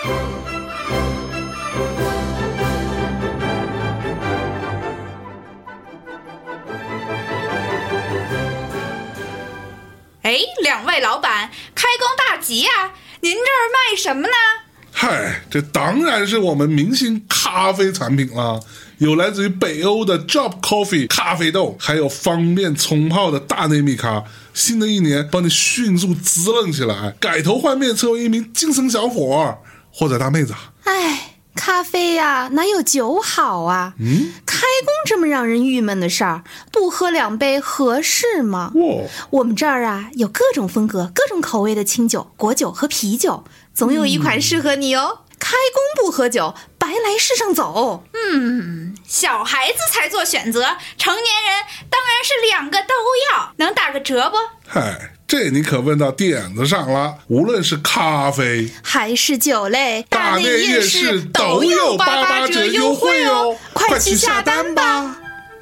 哎，两位老板，开工大吉啊！您这儿卖什么呢？ 嗨，这当然是我们明星咖啡产品啦，有来自于北欧的 Drop Coffee 咖啡豆，还有方便冲泡的大内密咖。新的一年帮你迅速滋润起来，改头换面成为一名精神小伙或者大妹子。 哎，咖啡呀，哪有酒好啊？开工这么让人郁闷的事儿，不喝2杯合适吗？我们这儿啊有各种风格、各种口味的清酒、果酒和啤酒，总有一款适合你哦。开工不喝酒，白来世上走。 小孩子才做选择，成年人当然是2个都要，能打个折不？ 嗨，这你可问到点子上了。无论是咖啡还是酒类， 大内夜市都有88折优惠哦，快去下单吧。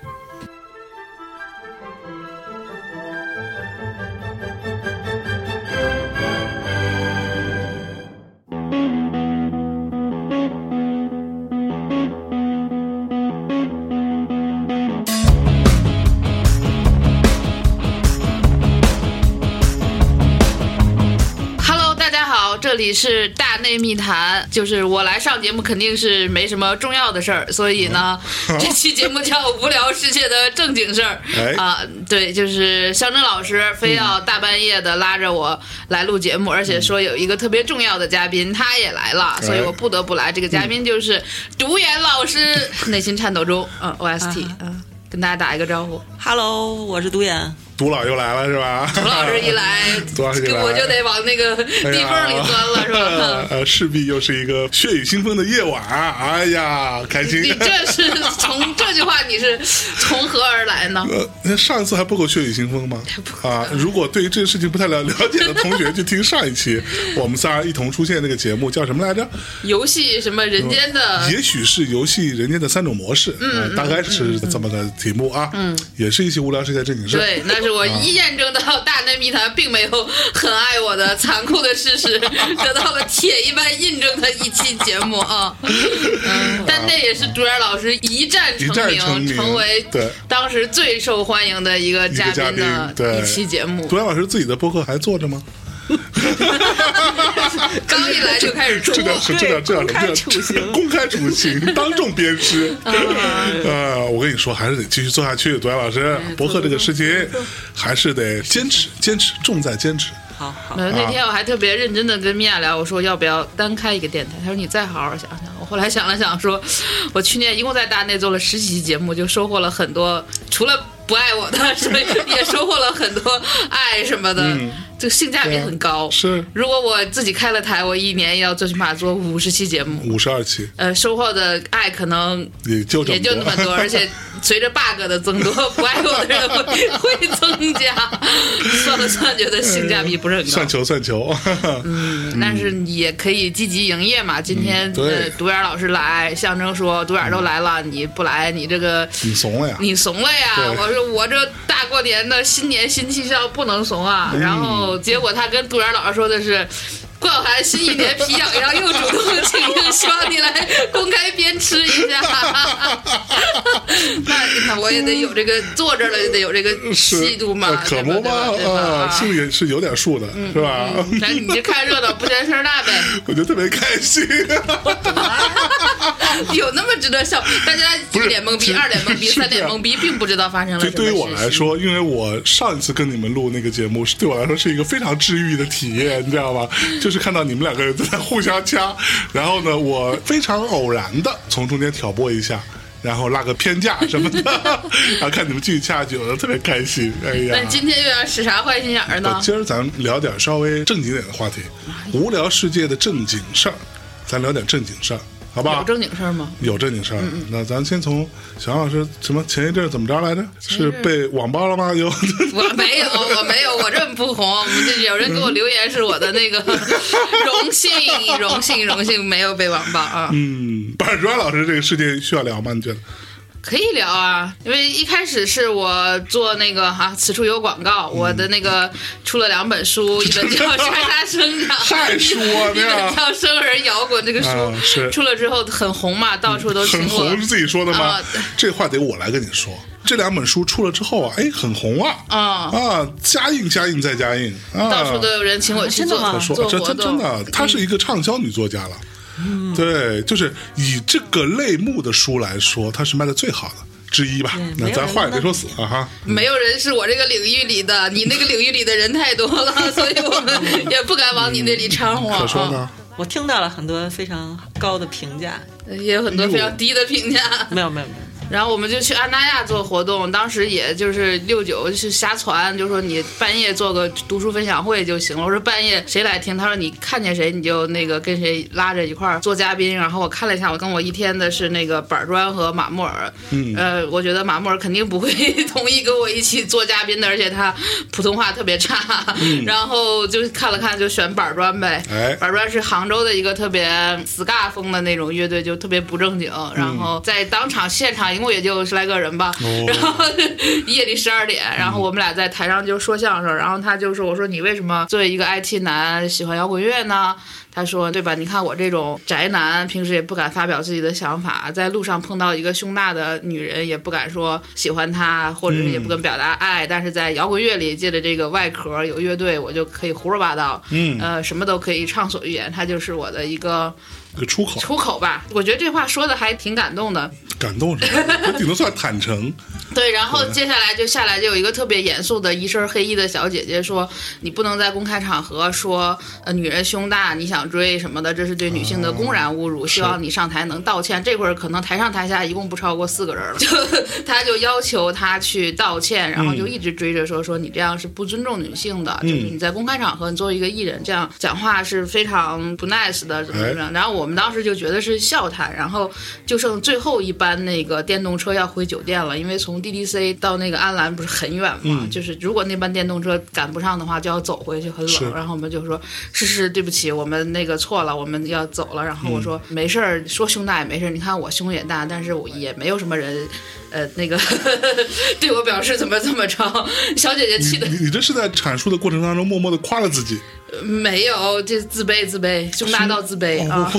这里是大内密谈，就是我来上节目肯定是没什么重要的事儿，所以呢，这期节目叫无聊世界的正经事儿对，就是象征老师非要大半夜的拉着我来录节目，而且说有一个特别重要的嘉宾他也来了，所以我不得不来。这个嘉宾就是独眼老师，内心颤抖中，OST，跟大家打一个招呼。 Hello， 我是独眼。 独老又来了是吧？ 独老师一来，我就得往那个地缝里钻了，是吧？ 势必又是一个血雨腥风的夜晚，哎呀，开心！ 你这是从这句话你是从何而来呢？ 上一次还不够血雨腥风吗？如果对于这个事情不太了解的同学，就听上一期我们仨一同出现那个节目叫什么来着？ 游戏什么人间的？ 也许是游戏人间的3种模式，大概是这么个题目啊，也是一期无聊世界正经事。 对，那是我一验证到大内密谈并没有很爱我的残酷的事实，得到了铁一般印证的一期节目啊。但那也是独眼老师一战成名，成为当时最受欢迎的一个嘉宾的一期节目。 独眼老师自己的播客还做着吗？ 刚一来就开始出， 这样公开处刑，当众鞭尸。我跟你说，还是得继续做下去。独眼老师，播客这个事情还是得坚持，重在坚持。 好。 那天我还特别认真的跟米娅聊，我说要不要单开一个电台？他说你再好好想想。我后来想了想，说我去年一共在大内做了10期节目，就收获了很多，除了不爱我的，所以也收获了很多爱什么的。这个性价比很高。 是， 如果我自己开了台，我一年要最起码做50期节目 ，52期。 收获的爱可能也就那么多，而且随着 bug 的增多，不爱我的人会增加。算了算，觉得性价比不是很高。 算球。 但是也可以积极营业嘛。今天独眼老师来，象征说独眼都来了，你不来，你这个你怂了呀！ 我说我这大过年的新年新气象不能怂啊。然后结果他跟独眼老师说的是，怪我还新一年皮痒痒又主动请缨，希望你来公开鞭笞一下。那你看我也得有这个坐这儿了，也得有这个气度嘛， 可不嘛，心里是有点数的，是吧？ 那你就看热闹不嫌事儿大呗。 我就特别开心。 有那么值得笑？大家1脸懵逼，2脸懵逼，3脸懵逼，并不知道发生了什么事。 对于我来说，因为我上一次跟你们录那个节目，对我来说是一个非常治愈的体验，你知道吗？就是看到你们2个人在互相掐，然后呢，我非常偶然的从中间挑拨一下，然后拉个偏架什么的，然后看你们继续掐下去，我特别开心。哎呀， 那今天又要使啥坏心眼儿呢？ 今儿咱聊点稍微正经点的话题，无聊世界的正经事儿，咱聊点正经事儿。好吧， 有正经事儿吗？ 有正经事儿。那咱先从小杨老师什么前一阵怎么着来着？是被网暴了吗？ 我没有，我这么不红。有人给我留言是我的那个荣幸，没有被网暴啊。 板砖老师这个事件需要聊吗？你觉得？ 可以聊啊，因为一开始是我做那个此处有广告，我的那个出了2本书，一本叫《沙沙生长》， 太说一本叫《生人摇滚》。这个书出了之后很红嘛，到处都请我。 很红是自己说的吗？这话得我来跟你说。这2本书出了之后啊，很红啊！加印再加印到处都有人请我去做活动。 真的，她是一个畅销女作家了。对，就是以这个类目的书来说，它是卖的最好的之一吧。那咱话也别说死了哈。 没有人是我这个领域里的，你那个领域里的人太多了，所以我们也不敢往你那里掺和。 可说呢？ 我听到了很多非常高的评价， 也有很多非常低的评价。 没有。 然后我们就去安那亚做活动，当时也就是69是瞎传，就说你半夜做个读书分享会就行了。我说半夜谁来听？他说你看见谁你就那个跟谁拉着一块儿做嘉宾。然后我看了一下，我跟我一天的是那个板砖和马木尔。我觉得马木尔肯定不会同意跟我一起做嘉宾的，而且他普通话特别差。然后就看了看，就选板砖呗。板砖是杭州的一个特别 ska 风的那种乐队，就特别不正经。然后在当场现场一共也就10来个人吧，然后夜里12点，然后我们俩在台上就说相声，然后他就说，我说你为什么作为一个 IT 男喜欢摇滚乐呢？他说对吧，你看我这种宅男平时也不敢发表自己的想法，在路上碰到一个胸大的女人也不敢说喜欢她，或者是也不敢表达爱，但是在摇滚乐里借着这个外壳有乐队，我就可以胡说八道，什么都可以畅所欲言，他就是我的一个出口吧。我觉得这话说的还挺感动的。 感动是吧？这顶多算坦诚。 对，然后接下来就有一个特别严肃的一身黑衣的小姐姐说，你不能在公开场合说女人胸大你想追什么的，这是对女性的公然侮辱，希望你上台能道歉。这会儿可能台上台下一共不超过4个人了，他就要求他去道歉，然后就一直追着说你这样是不尊重女性的，就是你在公开场合你作为一个艺人这样讲话是非常不 nice 的怎么样。然后我们当时就觉得是笑谈，然后就剩最后一班那个电动车要回酒店了，因为从DDC 到那个安澜不是很远嘛，就是如果那班电动车赶不上的话就要走回去，很冷。然后我们就说是对不起，我们那个错了，我们要走了。然后我说没事儿，说胸大也没事儿，你看我胸也大，但是我也没有什么人那个对我表示怎么着。小姐姐气的， 你这是在阐述的过程当中默默的夸了自己？ 没有，这自卑，胸大到自卑啊。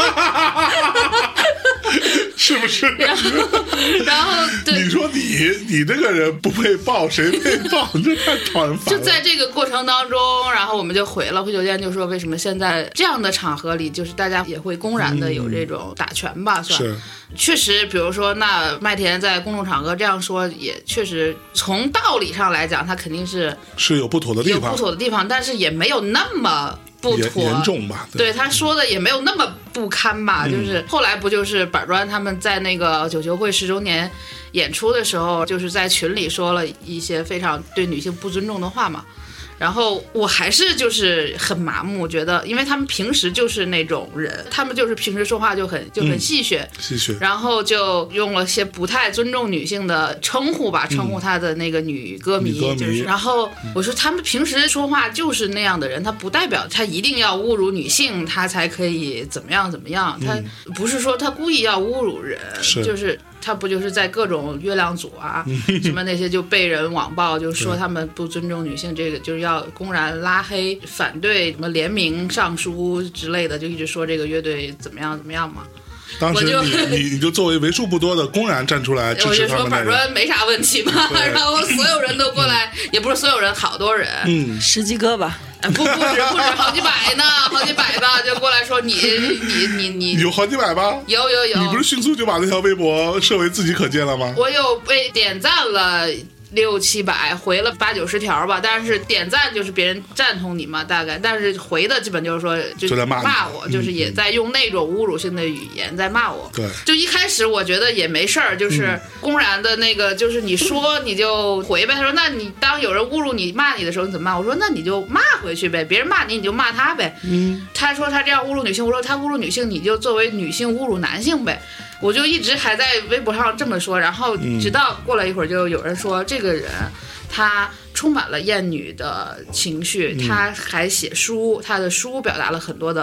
是不是？ 然后对你说你这个人不被抱，谁被抱？你这太讨人烦了。 就在这个过程当中，然后我们就回酒店，就说为什么现在这样的场合里，就是大家也会公然的有这种打拳吧？算确实，比如说那麦田在公众场合这样说，也确实从道理上来讲，他肯定是有不妥的地方， 但是也没有那么不妥严重吧？ 对他说的也没有那么不堪吧？就是后来不就是板砖他们在那个九球会10周年演出的时候，就是在群里说了一些非常对女性不尊重的话嘛。然后我还是就是很麻木，觉得因为他们平时就是那种人，他们就是平时说话就很戏谑，然后就用了些不太尊重女性的称呼吧，称呼他的那个女歌迷，就是然后我说他们平时说话就是那样的人，他不代表他一定要侮辱女性他才可以怎么样，他不是说他故意要侮辱人，就是他不就是在各种月亮组啊什么那些就被人网暴，就说他们不尊重女性，这个就是要公然拉黑反对什么联名上书之类的，就一直说这个乐队怎么样嘛。 当时你就作为为数不多的公然站出来支持他们的人，我就说板砖没啥问题嘛，然后所有人都过来，也不是所有人，好多人 10几个吧， 不止好几百呢，就过来说你有好几百吧？ 有， 你不是迅速就把那条微博设为自己可见了吗？ 我有被点赞了6、700，回了8、90条吧，但是点赞就是别人赞同你嘛，大概，但是回的基本就是说就在骂我，就是也在用那种侮辱性的语言在骂我。 对， 就一开始我觉得也没事儿，就是公然的那个，就是你说你就回呗。他说那你当有人侮辱你骂你的时候你怎么骂？我说那你就骂回去呗，别人骂你就骂他呗。他说他这样侮辱女性，我说他侮辱女性你就作为女性侮辱男性呗。我就一直还在微博上这么说，然后直到过了一会儿，就有人说这个人他充满了厌女的情绪，他还写书，他的书表达了很多的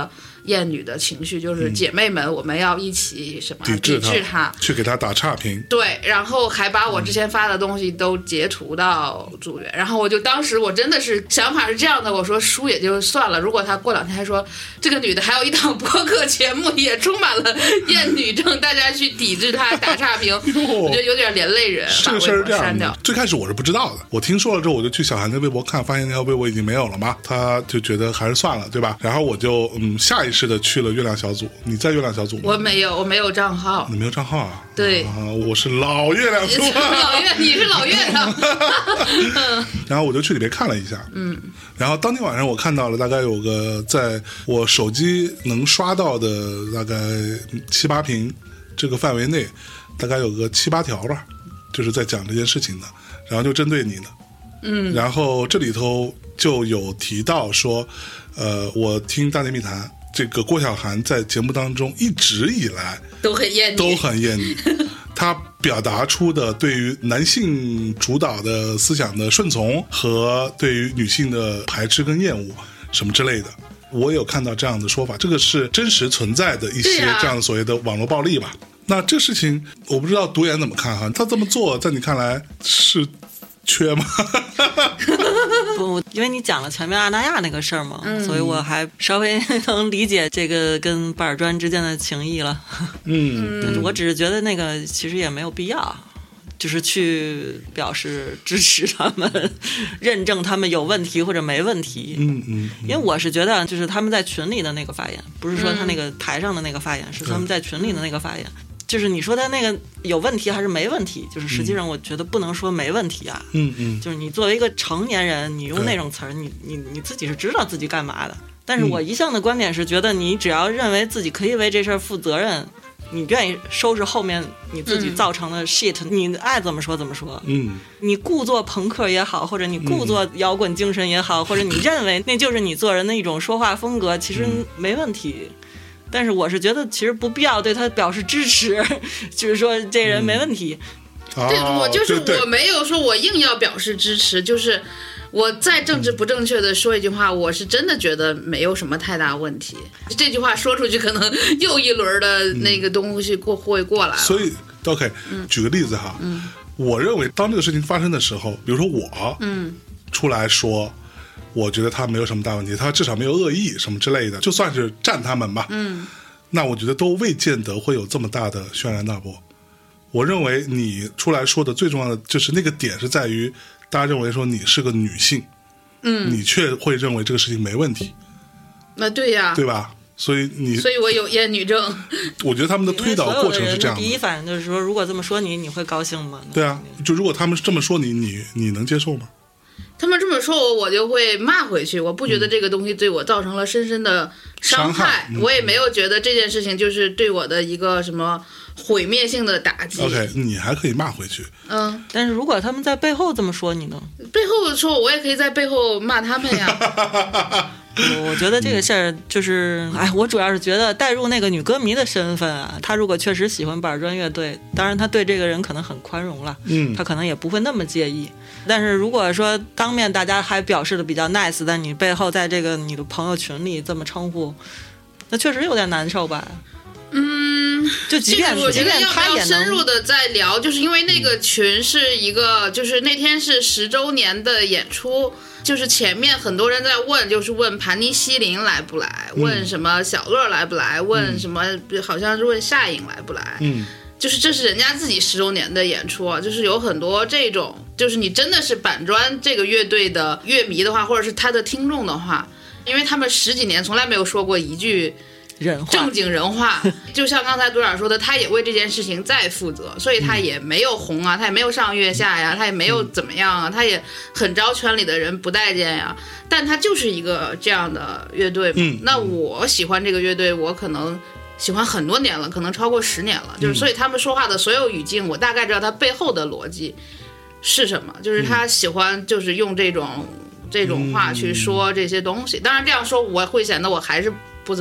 厌女的情绪，就是姐妹们，我们要一起什么抵制她， 去给她打差评。 对，然后还把我之前发的东西都截图到组员，然后我就当时我真的是想法是这样的，我说输也就算了，如果她过2天还说这个女的还有一档播客节目也充满了厌女症，大家去抵制她打差评，我觉得有点连累人， 这个事儿是这样的。 最开始我是不知道的，我听说了之后我就去小韩的微博看，发现那条微博已经没有了嘛，他就觉得还是算了，对吧？然后我就下意识的去了月亮小组。你在月亮小组吗？ 我没有账号。 你没有账号啊？ 对我是老月亮组。 你是老月亮。 然后我就去里面看了一下，然后当天晚上我看到了大概有个在我手机能刷到的大概7、8屏这个范围内，大概有个7、8条吧，就是在讲这件事情的，然后就针对你的，然后这里头就有提到说，我听大内密谈，这个郭晓涵在节目当中一直以来都很厌女，他表达出的对于男性主导的思想的顺从和对于女性的排斥跟厌恶什么之类的，我有看到这样的说法，这个是真实存在的一些这样所谓的网络暴力吧。那这事情我不知道独眼怎么看哈，他这么做在你看来是缺吗？ 不，因为你讲了前面阿那亚那个事儿嘛，所以我还稍微能理解这个跟巴尔专之间的情谊了。我只是觉得那个其实也没有必要，就是去表示支持他们，认证他们有问题或者没问题。因为我是觉得，就是他们在群里的那个发言，不是说他那个台上的那个发言，是他们在群里的那个发言。就是你说他那个有问题还是没问题，就是实际上我觉得不能说没问题啊。就是你作为一个成年人，你用那种词儿，你自己是知道自己干嘛的。但是我一向的观点是觉得，你只要认为自己可以为这事儿负责任，你愿意收拾后面你自己造成的 shit，你爱怎么说怎么说。你故作朋克也好，或者你故作摇滚精神也好，或者你认为那就是你做人的一种说话风格，其实没问题。但是我是觉得其实不必要对他表示支持，就是说这人没问题。 对，我就是我没有说我硬要表示支持，就是我再政治不正确的说一句话，我是真的觉得没有什么太大问题。这句话说出去，可能又一轮的那个东西会过来了。 所以 OK，举个例子哈，我认为当这个事情发生的时候，比如说我出来说，我觉得他没有什么大问题，他至少没有恶意什么之类的，就算是站他们吧，那我觉得都未见得会有这么大的轩然大波。我认为你出来说的最重要的就是那个点是在于，大家认为说你是个女性，你却会认为这个事情没问题。 那对呀， 对吧？所以我有厌女症。 我觉得他们的推导过程是这样的。 第一反应就是说，如果这么说你会高兴吗？ 对啊，就如果他们这么说你能接受吗？ 他们这么说我就会骂回去，我不觉得这个东西对我造成了深深的伤害，我也没有觉得这件事情就是对我的一个什么毁灭性的打击。 OK， 你还可以骂回去。 但是如果他们在背后这么说你呢？ 背后说我也可以在背后骂他们呀。 我觉得这个事儿就是，我主要是觉得带入那个女歌迷的身份啊，她如果确实喜欢板砖乐队，当然她对这个人可能很宽容了，她可能也不会那么介意。但是如果说当面大家还表示的比较 nice， 但你背后在这个你的朋友群里这么称呼，那确实有点难受吧。就即便我觉得要不要深入的再聊，就是因为那个群是一个，就是那天是10周年的演出，就是前面很多人在问，就是问盘尼西林来不来，问什么小乐来不来，问什么好像是问夏颖来不来，就是这是人家自己10周年的演出啊，就是有很多这种，就是你真的是板砖这个乐队的乐迷的话，或者是他的听众的话，因为他们10几年从来没有说过一句正经人话，就像刚才多少说的，他也为这件事情在负责，所以他也没有红啊，他也没有上月下呀，他也没有怎么样啊，他也很招圈里的人不待见呀，但他就是一个这样的乐队嘛。那我喜欢这个乐队，我可能喜欢很多年了，可能超过10年了，就是所以他们说话的所有语境，我大概知道他背后的逻辑是什么，就是他喜欢就是用这种话去说这些东西。当然这样说我会显得我还是不怎么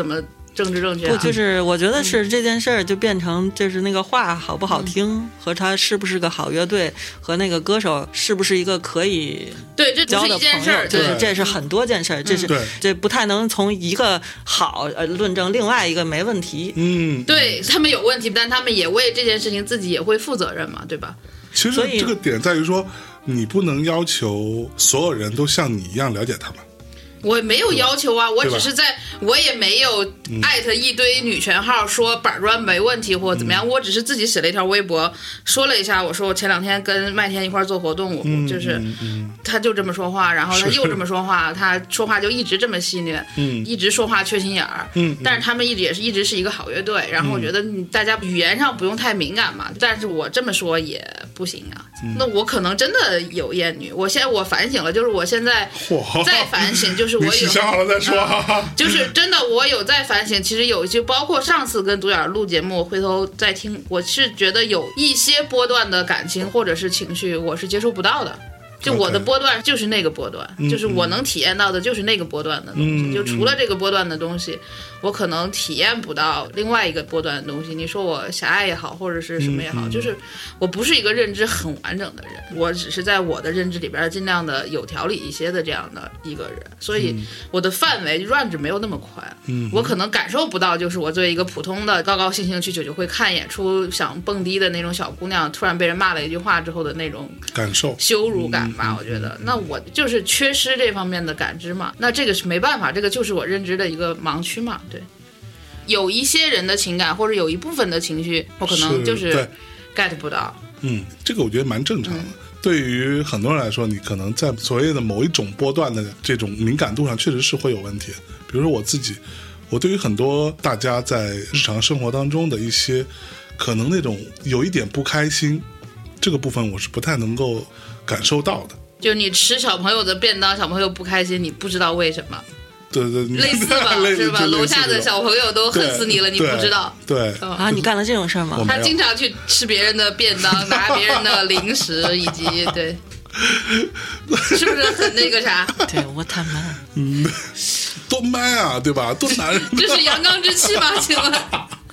政治正确、 不，就是我觉得是这件事儿就变成就是那个话好不好听，和他是不是个好乐队，和那个歌手是不是一个可以交的朋友，对，这是很多件事儿，这不太能从一个好论证另外一个没问题。 对，他们有问题，但他们也为这件事情自己也会负责任嘛，对吧？ 其实这个点在于说，你不能要求所有人都像你一样了解他们。 我没有要求啊，我只是我也没有艾特一堆女权号说板砖没问题或怎么样，我只是自己写了一条微博，说了一下，我说我前2天跟麦田一块做活动，就是他就这么说话，然后他又这么说话，他说话就一直这么戏谑，一直说话缺心眼儿，但是他们一直是一个好乐队，然后我觉得大家语言上不用太敏感嘛，但是我这么说也不行啊，那我可能真的有厌女，我反省了，就是我现在在反省，就是我有想好了再说， 就是真的我有在反省，其实有就包括上次跟独眼录节目，回头再听，我是觉得有一些波段的感情或者是情绪我是接受不到的。就我的波段就是那个波段，就是我能体验到的就是那个波段的东西，就除了这个波段的东西，我可能体验不到另外一个波段的东西。你说我狭隘也好，或者是什么也好，就是我不是一个认知很完整的人，我只是在我的认知里边尽量的有条理一些的这样的一个人，所以我的范围 range 没有那么宽，我可能感受不到，就是我作为一个普通的高高兴兴去酒会看演出想蹦迪的那种小姑娘，突然被人骂了一句话之后的那种感受羞辱感吧，我觉得那我就是缺失这方面的感知嘛，那这个是没办法，这个就是我认知的一个盲区嘛。对，有一些人的情感或者有一部分的情绪我可能就是 get 不到， 这个我觉得蛮正常的。对于很多人来说，你可能在所谓的某一种波段的这种敏感度上确实是会有问题，比如说我自己，我对于很多大家在日常生活当中的一些可能那种有一点不开心，这个部分我是不太能够感受到的。 就你吃小朋友的便当，小朋友不开心，你不知道为什么。 对， 类似吧，是吧？楼下的小朋友都恨死你了，你不知道。 对啊，你干了这种事儿吗？ 他经常去吃别人的便当，拿别人的零食，以及对，是不是很那个啥？ 对，我坦白。 多 man 啊，对吧？多男人。 这是阳刚之气吗？请问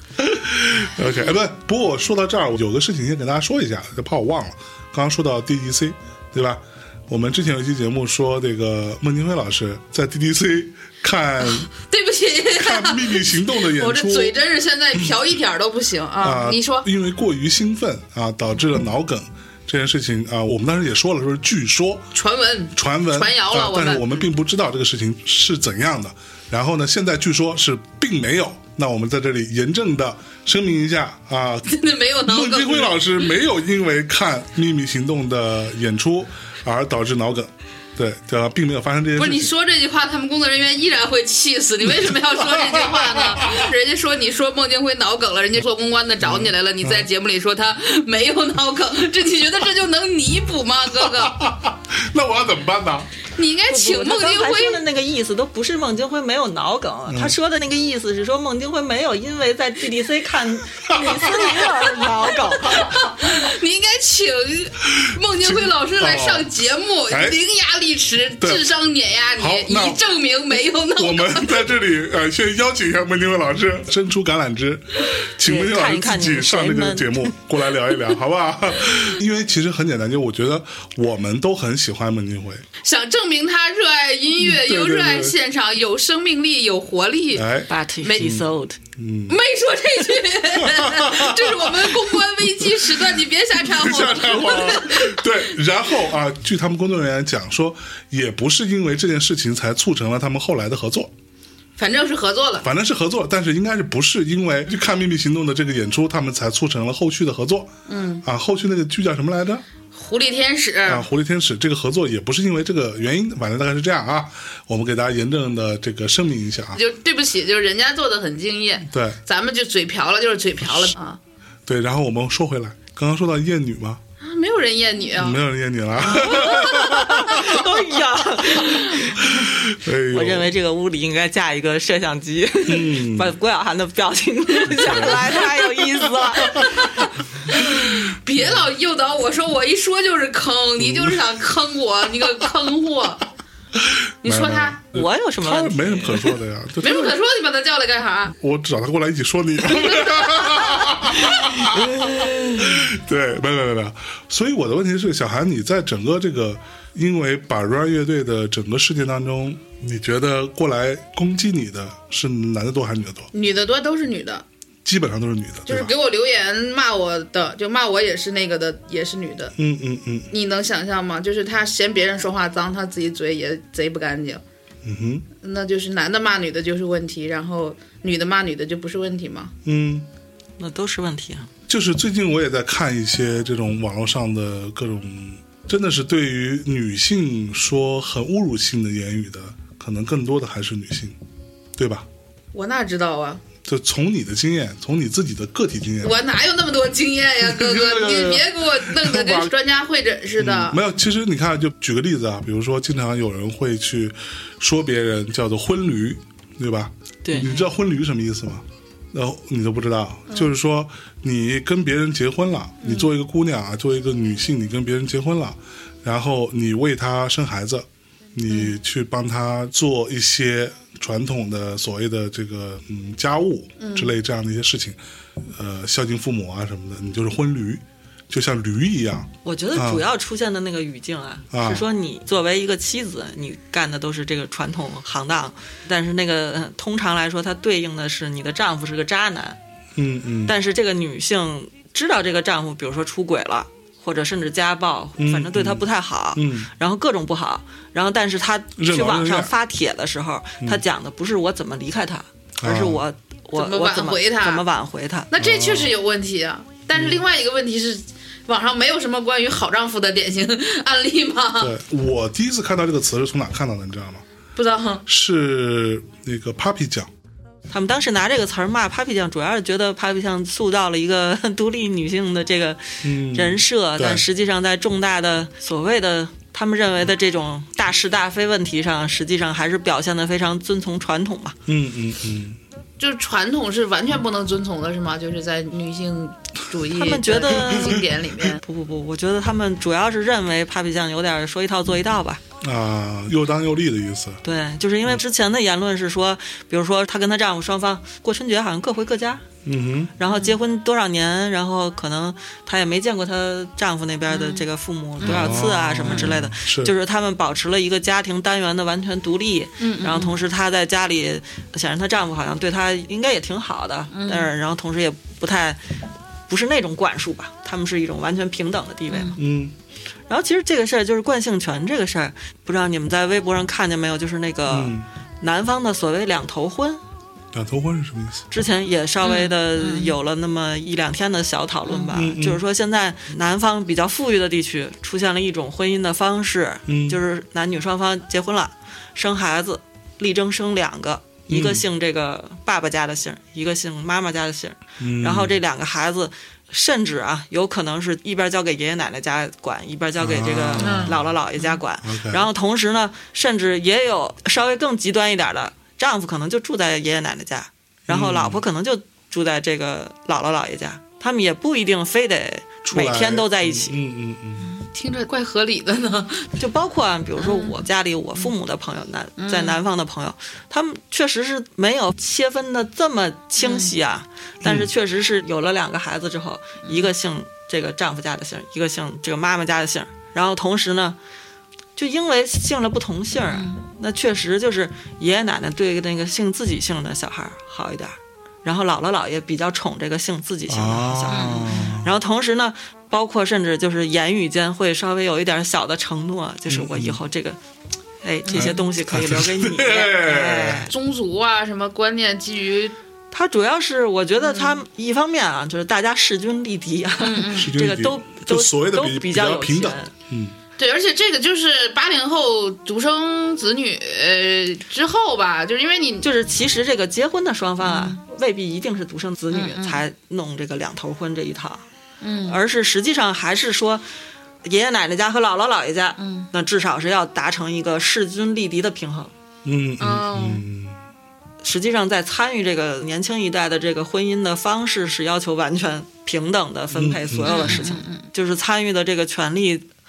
？OK， 不过我说到这儿，有个事情先跟大家说一下，就怕我忘了。刚刚说到 DDC， 对吧？我们之前有一期节目说，这个孟京辉老师在 DDC 看， 对不起， 看《秘密行动》的演出， 我这嘴真是现在瓢一点都不行啊！你说， 因为过于兴奋啊，导致了脑梗这件事情啊，我们当时也说了，说是据说、传闻、传谣了， 但是我们并不知道这个事情是怎样的。然后呢，现在据说是并没有。那我们在这里严正的声明一下啊， 真的没有脑梗。 孟京辉老师没有因为看《秘密行动》的演出而导致脑梗，对，并没有发生这件事情。 不是你说这句话，他们工作人员依然会气死。你为什么要说这句话呢？人家说你说孟京辉脑梗了，人家做公关的找你来了，你在节目里说他没有脑梗，这你觉得这就能弥补吗，哥哥？ 那我要怎么办呢？ 你应该请孟京辉说的那个意思都不是孟京辉没有脑梗，他说的那个意思是说孟京辉没有因为在 DDC 看李斯尼而脑梗。 你应该请孟京辉老师来上节目，伶牙俐齿，智商碾压你，以证明没有脑梗。 我们在这里先邀请一下孟京辉老师伸出橄榄枝，请孟京辉老师自己上这个节目过来聊一聊，好不好？因为其实很简单，就我觉得我们都很喜欢孟京辉， 想证明他热爱音乐，又热爱现场，有生命力，有活力。 But he's old。 没说这句，这是我们公关危机时段，你别瞎掺和。 对，然后啊，据他们工作人员讲说，也不是因为这件事情才促成了他们后来的合作。 反正是合作了， 但是应该是不是因为去看《秘密行动》的这个演出，他们才促成了后续的合作。后续那个剧叫什么来着？ 狐狸天使啊，狐狸天使这个合作也不是因为这个原因，反正大概是这样啊。我们给大家严正的这个声明一下啊， 就对不起，就是人家做的很敬业， 对， 咱们就嘴瓢了，就是嘴瓢了啊。 对，然后我们说回来，刚刚说到厌女吗？ 没有人厌女啊， 没有人厌女了。 哎呀，我认为这个屋里应该架一个摄像机，把郭晓涵的表情录下来，太有意思了。 别老诱导我说我一说就是坑，你就是想坑我，你个坑货。 你说他， 我有什么问题？ 他没什么可说的呀， 没什么可说的，你把他叫来干啥？ 我找他过来一起说你。对，没。所以我的问题是，小韩，你在整个这个因为板砖乐队的整个事件当中，你觉得过来攻击你的是男的多还是女的多？ 女的多，都是女的。 基本上都是女的， 就是给我留言骂我的，就骂我也是那个的，也是女的。你能想象吗？就是他嫌别人说话脏，他自己嘴也贼不干净。那就是男的骂女的就是问题，然后女的骂女的就不是问题吗？ 那都是问题啊。 就是最近我也在看一些这种网络上的各种，真的是对于女性说很侮辱性的言语的，可能更多的还是女性，对吧？ 我哪知道啊？ 就从你的经验，从你自己的个体经验， 我哪有那么多经验呀，哥哥，你别给我弄得跟专家会诊似的。 没有，其实你看，就举个例子啊，比如说，经常有人会去说别人叫做婚驴，对吧？ 对， 你知道婚驴什么意思吗？然后你都不知道，就是说你跟别人结婚了，你作为一个姑娘啊，作为一个女性，你跟别人结婚了，然后你为她生孩子，你去帮她做一些传统的所谓的这个家务之类这样的一些事情，孝敬父母啊什么的，你就是婚驴，就像驴一样。 我觉得主要出现的那个语境是说你作为一个妻子，你干的都是这个传统行当，但是那个通常来说，它对应的是你的丈夫是个渣男。但是这个女性知道这个丈夫，比如说出轨了。或者甚至家暴，反正对他不太好，然后各种不好，然后但是他去网上发帖的时候，他讲的不是我怎么离开他，而是我怎么挽回他。那这确实有问题啊。但是另外一个问题是，网上没有什么关于好丈夫的典型案例吗？ 对，我第一次看到这个词是从哪看到的，你知道吗？ 不知道， 是那个 Papi 酱。 他们当时拿这个词儿骂 Papi 酱，主要是觉得 Papi 酱塑造了一个独立女性的这个人设，但实际上在重大的所谓的他们认为的这种大是大非问题上，实际上还是表现得非常遵从传统嘛。 就是传统是完全不能遵从的，是吗？就是在女性主义他们觉得经典里面， 不，我觉得他们主要是认为 Papi 酱有点说一套做一套吧。 又当又立的意思。 对，就是因为之前的言论是说，比如说她跟她丈夫双方过春节好像各回各家，然后结婚多少年，然后可能她也没见过她丈夫那边的这个父母多少次啊，什么之类的，就是他们保持了一个家庭单元的完全独立，然后同时她在家里显然她丈夫好像对她应该也挺好的，但是然后同时也不是那种管束吧，他们是一种完全平等的地位嘛。然后其实这个事儿就是惯性权这个事儿，不知道你们在微博上看见没有？就是那个男方的所谓两头婚。 两头婚是什么意思？ 之前也稍微的有了那么一两天的小讨论吧，就是说现在南方比较富裕的地区出现了一种婚姻的方式，就是男女双方结婚了，生孩子，力争生两个。一个姓这个爸爸家的姓，一个姓妈妈家的姓，然后这两个孩子甚至有可能是一边交给爷爷奶奶家管，一边交给这个姥姥姥爷家管，然后同时呢，甚至也有稍微更极端一点的，丈夫可能就住在爷爷奶奶家，然后老婆可能就住在这个姥姥姥爷家，他们也不一定非得每天都在一起。 听着怪合理的呢。 就包括比如说我家里我父母的朋友，在南方的朋友，他们确实是没有切分的这么清晰但是确实是有了两个孩子之后，一个姓这个丈夫家的姓，一个姓这个妈妈家的姓，然后同时呢，就因为姓了不同姓那确实就是爷爷奶奶对那个姓自己姓的小孩好一点，然后姥姥姥爷比较宠这个姓自己姓的小孩，然后同时呢，包括甚至就是言语间会稍微有一点小的承诺，就是我以后这个这些东西可以留给你。 宗族什么观念基于它主要是我觉得它一方面就是大家势均力敌这个都所谓的比较平等。 对，而且这个就是80后独生子女之后吧，就是因为你就是其实这个结婚的双方未必一定是独生子女才弄这个两头婚这一套，而是实际上还是说爷爷奶奶家和姥姥姥爷家，那至少是要达成一个势均力敌的平衡。实际上在参与这个年轻一代的这个婚姻的方式是要求完全平等的分配所有的事情，就是参与的这个权利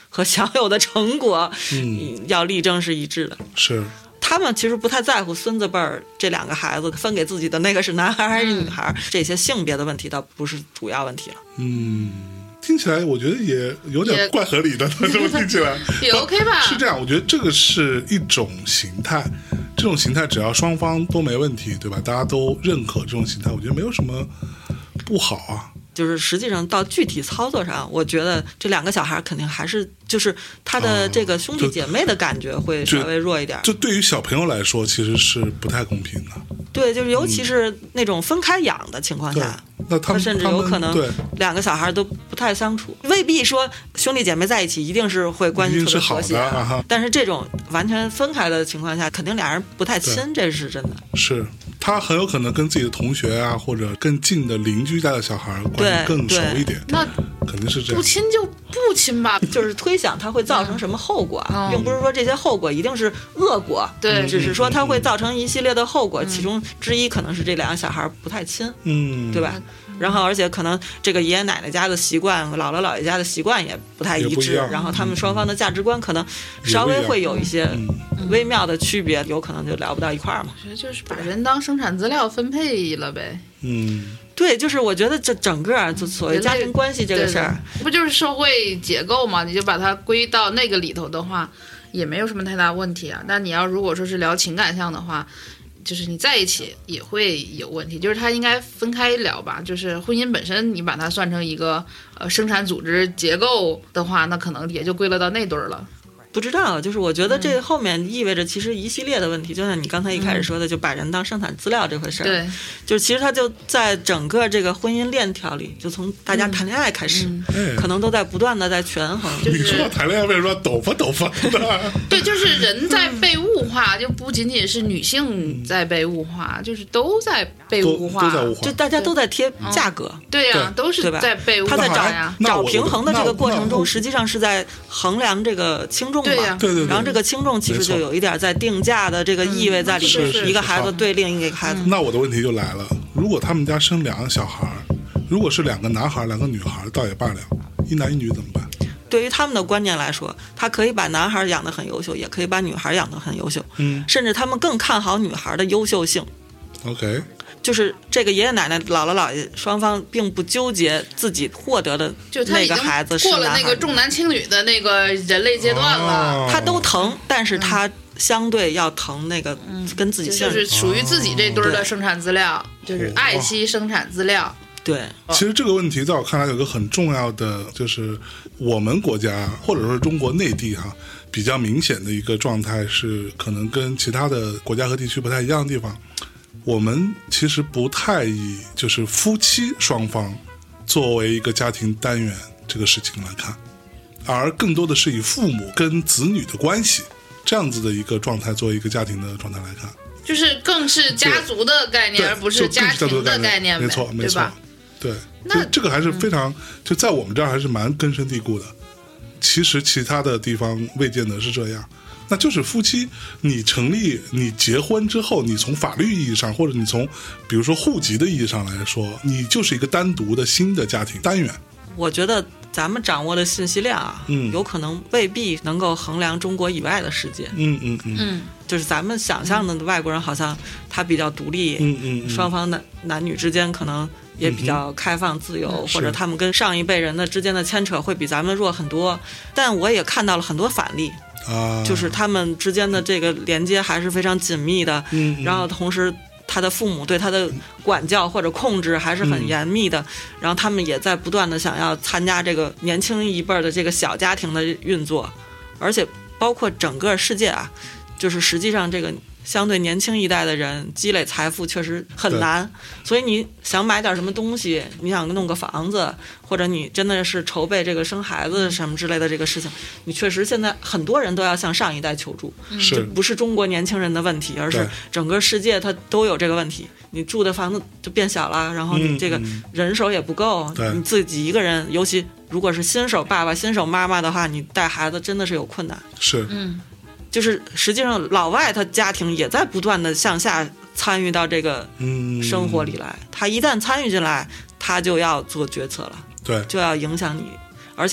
和享有的成果，要力争是一致的。 是。 他们其实不太在乎孙子辈儿这2个孩子分给自己的那个是男孩还是女孩，这些性别的问题倒不是主要问题了。 听起来我觉得也有点怪合理的，这么听起来也 OK 吧？ 是这样，我觉得这个是一种形态，这种形态只要双方都没问题，对吧？大家都认可这种形态，我觉得没有什么不好啊。 就是实际上到具体操作上，我觉得这2个小孩肯定还是就是他的这个兄弟姐妹的感觉会稍微弱一点。 就对于小朋友来说，其实是不太公平的。 对，就是尤其是那种分开养的情况下， 那他甚至有可能2个小孩都不太相处，未必说兄弟姐妹在一起一定是会关系特别和谐，但是这种完全分开的情况下，肯定俩人不太亲，这是真的。 是他很有可能跟自己的同学啊，或者更近的邻居家的小孩关系更熟一点。 那肯定是这样， 不亲就不亲吧， 就是推想它会造成什么后果，并不是说这些后果一定是恶果， 对， 只是说它会造成一系列的后果，其中之一可能是这2个小孩不太亲，对吧？然后而且可能这个爷爷奶奶家的习惯、姥姥姥爷家的习惯也不太一致，然后他们双方的价值观可能稍微会有一些微妙的区别，有可能就聊不到一块儿嘛。 我觉得就是把人当生产资料分配了呗。 对，就是我觉得这整个就所谓家庭关系这个事儿， 不就是社会结构嘛？你就把它归到那个里头的话，也没有什么太大问题啊。但你要如果说是聊情感项的话，就是你在一起也会有问题，就是它应该分开聊吧。就是婚姻本身，你把它算成一个生产组织结构的话，那可能也就归了到那堆儿了。 不知道，就是我觉得这后面意味着其实一系列的问题，就像你刚才一开始说的，就把人当生产资料这回事儿。 对， 就是其实它就在整个这个婚姻链条里，就从大家谈恋爱开始，可能都在不断的在权衡。 你说谈恋爱为什么抖发抖发的？ 对，就是人在被物化，就不仅仅是女性在被物化，就是都在被物化， 都在物化， 就大家都在贴价格。 对呀，都是在被物化呀。 他在找平衡的这个过程中，实际上是在衡量这个轻重。 对呀， 对， 然后这个轻重其实就有一点在定价的这个意味在里边，一个孩子对另一个孩子。 那我的问题就来了，如果他们家生2个小孩，如果是2个男孩2个女孩倒也罢了，一男一女怎么办？ 对于他们的观念来说，他可以把男孩养得很优秀，也可以把女孩养得很优秀，甚至他们更看好女孩的优秀性。 OK， 就是这个爷爷奶奶、姥姥姥爷双方并不纠结自己获得的那个孩子是男孩， 过了那个重男轻女的那个人类阶段了。 他都疼，但是他相对要疼那个跟自己就是属于自己这堆的生产资料，就是爱惜生产资料。 对， 其实这个问题在我看来有个很重要的，就是我们国家或者说是中国内地比较明显的一个状态是，可能跟其他的国家和地区不太一样的地方。我们其实不太以就是夫妻双方作为一个家庭单元这个事情来看，而更多的是以父母跟子女的关系这样子的一个状态作为一个家庭的状态来看， 就是更是家族的概念，而不是家庭的概念， 没错， 对吧？ 对，那这个还是非常就在我们这儿还是蛮根深蒂固的。其实其他的地方未见得是这样。那就是夫妻，你成立，你结婚之后，你从法律意义上，或者你从比如说户籍的意义上来说，你就是一个单独的新的家庭单元。 我觉得咱们掌握的信息量有可能未必能够衡量中国以外的世界。就是咱们想象的外国人好像他比较独立，双方的男女之间可能也比较开放自由，或者他们跟上一辈人的之间的牵扯会比咱们弱很多。但我也看到了很多反例。就是他们之间的这个连接还是非常紧密的，然后同时他的父母对他的管教或者控制还是很严密的，然后他们也在不断的想要参加这个年轻一辈的这个小家庭的运作，而且包括整个世界就是实际上这个相对年轻一代的人积累财富确实很难，所以你想买点什么东西，你想弄个房子，或者你真的是筹备这个生孩子什么之类的这个事情，你确实现在很多人都要向上一代求助，这不是中国年轻人的问题，而是整个世界它都有这个问题。你住的房子就变小了，然后你这个人手也不够，你自己一个人，尤其如果是新手爸爸、新手妈妈的话，你带孩子真的是有困难。 是， 就是实际上老外他家庭也在不断的向下参与到这个生活里来，他一旦参与进来，他就要做决策了， 对， 就要影响你，而且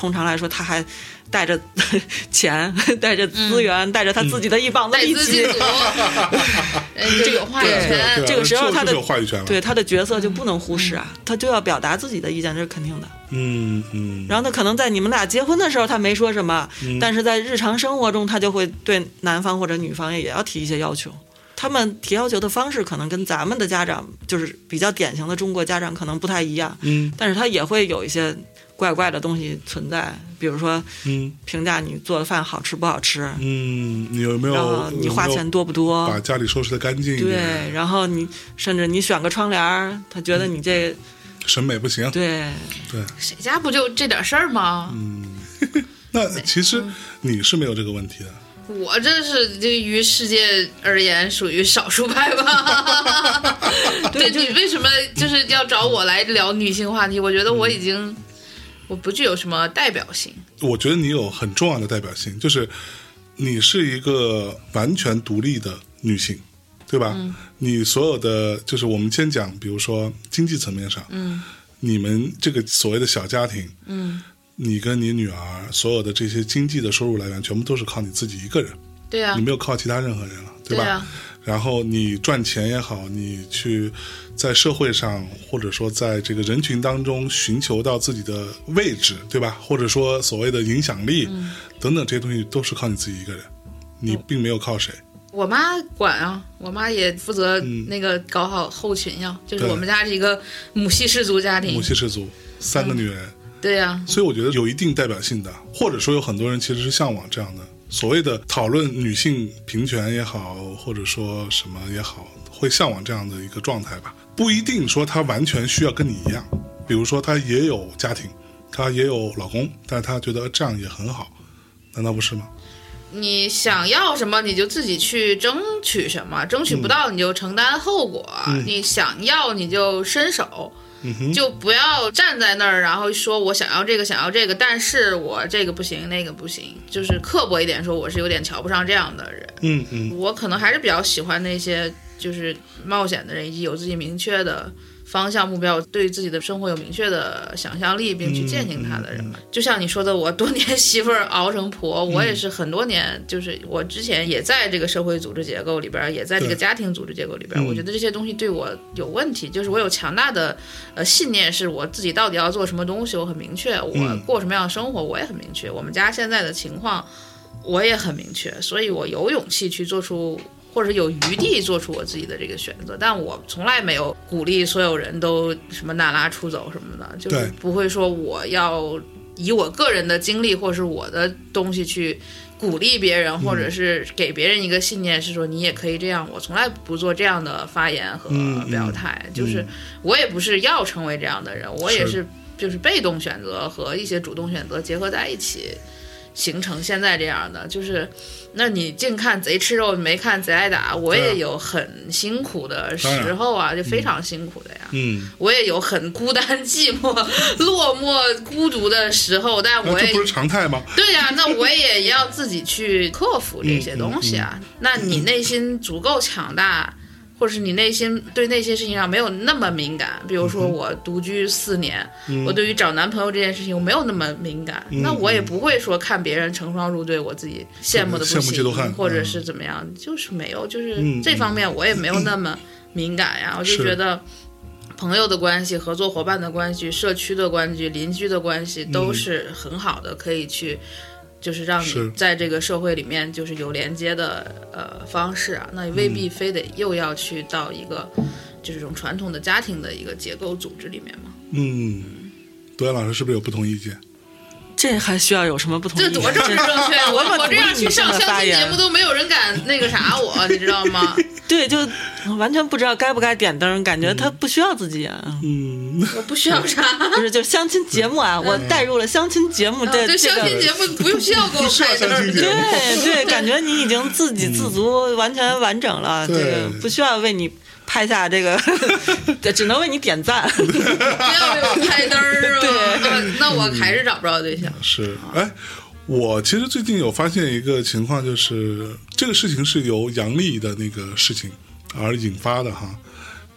通常来说他还带着钱，带着资源，带着他自己的一膀子力气， 这个话语权， 这个时候他的话语权， 对他的角色就不能忽视啊，他就要表达自己的意见，这是肯定的。然后他可能在你们俩结婚的时候他没说什么，但是在日常生活中他就会对男方或者女方也要提一些要求。他们提要求的方式可能跟咱们的家长就是比较典型的中国家长可能不太一样，但是他也会有一些怪怪的东西存在，比如说评价你做的饭好吃不好吃， 你有没有，然后你花钱多不多， 把家里收拾得干净一点， 对，然后你甚至你选个窗帘，他觉得你这审美不行， 对， 谁家不就这点事儿吗？ 那其实你是没有这个问题的。 我这是对于世界而言属于少数派吧。对，你为什么就是要找我来聊女性话题？我觉得我已经我不具有什么代表性。 我觉得你有很重要的代表性，就是你是一个完全独立的女性，对吧？你所有的就是我们先讲，比如说经济层面上，你们这个所谓的小家庭，你跟你女儿所有的这些经济的收入来源全部都是靠你自己一个人， 对啊， 你没有靠其他任何人了，对吧？对啊，然后你赚钱也好，你去在社会上或者说在这个人群当中寻求到自己的位置，对吧？或者说所谓的影响力等等这些东西都是靠你自己一个人，你并没有靠谁。 我妈管啊，我妈也负责那个搞好后勤呀，就是我们家是一个母系氏族家庭， 母系氏族3个女人， 对呀， 所以我觉得有一定代表性的，或者说有很多人其实是向往这样的所谓的讨论女性平权也好，或者说什么也好，会向往这样的一个状态吧。不一定说她完全需要跟你一样，比如说她也有家庭，她也有老公，但是她觉得这样也很好，难道不是吗？ 你想要什么你就自己去争取什么，争取不到你就承担后果，你想要你就伸手，就不要站在那儿然后说我想要这个想要这个，但是我这个不行那个不行，就是刻薄一点说我是有点瞧不上这样的人。我可能还是比较喜欢那些就是冒险的人，以及有自己明确的方向目标，对自己的生活有明确的想象力并去践行它的人们。就像你说的，我多年媳妇儿熬成婆，我也是很多年，就是我之前也在这个社会组织结构里边，也在这个家庭组织结构里边，我觉得这些东西对我有问题，就是我有强大的信念，是我自己到底要做什么东西我很明确，我过什么样的生活我也很明确，我们家现在的情况我也很明确，所以我有勇气去做出或者有余地做出我自己的这个选择，但我从来没有鼓励所有人都什么那拉出走什么的，就是不会说我要以我个人的经历或是我的东西去鼓励别人，或者是给别人一个信念是说你也可以这样，我从来不做这样的发言和表态，就是我也不是要成为这样的人，我也是就是被动选择和一些主动选择结合在一起形成现在这样的，就是那你净看贼吃肉没看贼挨打，我也有很辛苦的时候啊，就非常辛苦的呀。我也有很孤单寂寞落寞孤独的时候，但我也这不是常态吗？ 对呀，那我也要自己去克服这些东西啊。那你内心足够强大，或者是你内心对那些事情上没有那么敏感，比如说我独居4年，我对于找男朋友这件事情我没有那么敏感，那我也不会说看别人成双入对我自己羡慕的不行，或者是怎么样，就是没有，就是这方面我也没有那么敏感呀。我就觉得朋友的关系、合作伙伴的关系、社区的关系、邻居的关系都是很好的，可以去就是让你在这个社会里面就是有连接的方式啊，那未必非得又要去到一个就是这种传统的家庭的一个结构组织里面嘛。 德阳老师是不是有不同意见？ 这还需要有什么不同意见？ 这多政治正确！我这样去上相亲节目都没有人敢那个啥我，你知道吗？ 对，就完全不知道该不该点灯，感觉他不需要自己啊。 我不需要啥？ 不是，就相亲节目啊，我带入了相亲节目的对相亲节目不需要给我拍灯。 对，感觉你已经自给自足，完全完整了。这个不需要为你拍下这个，只能为你点赞，不要为我拍灯儿。对，那我还是找不着对象。 是，我其实最近有发现一个情况，就是这个事情是由杨笠的那个事情而引发的哈。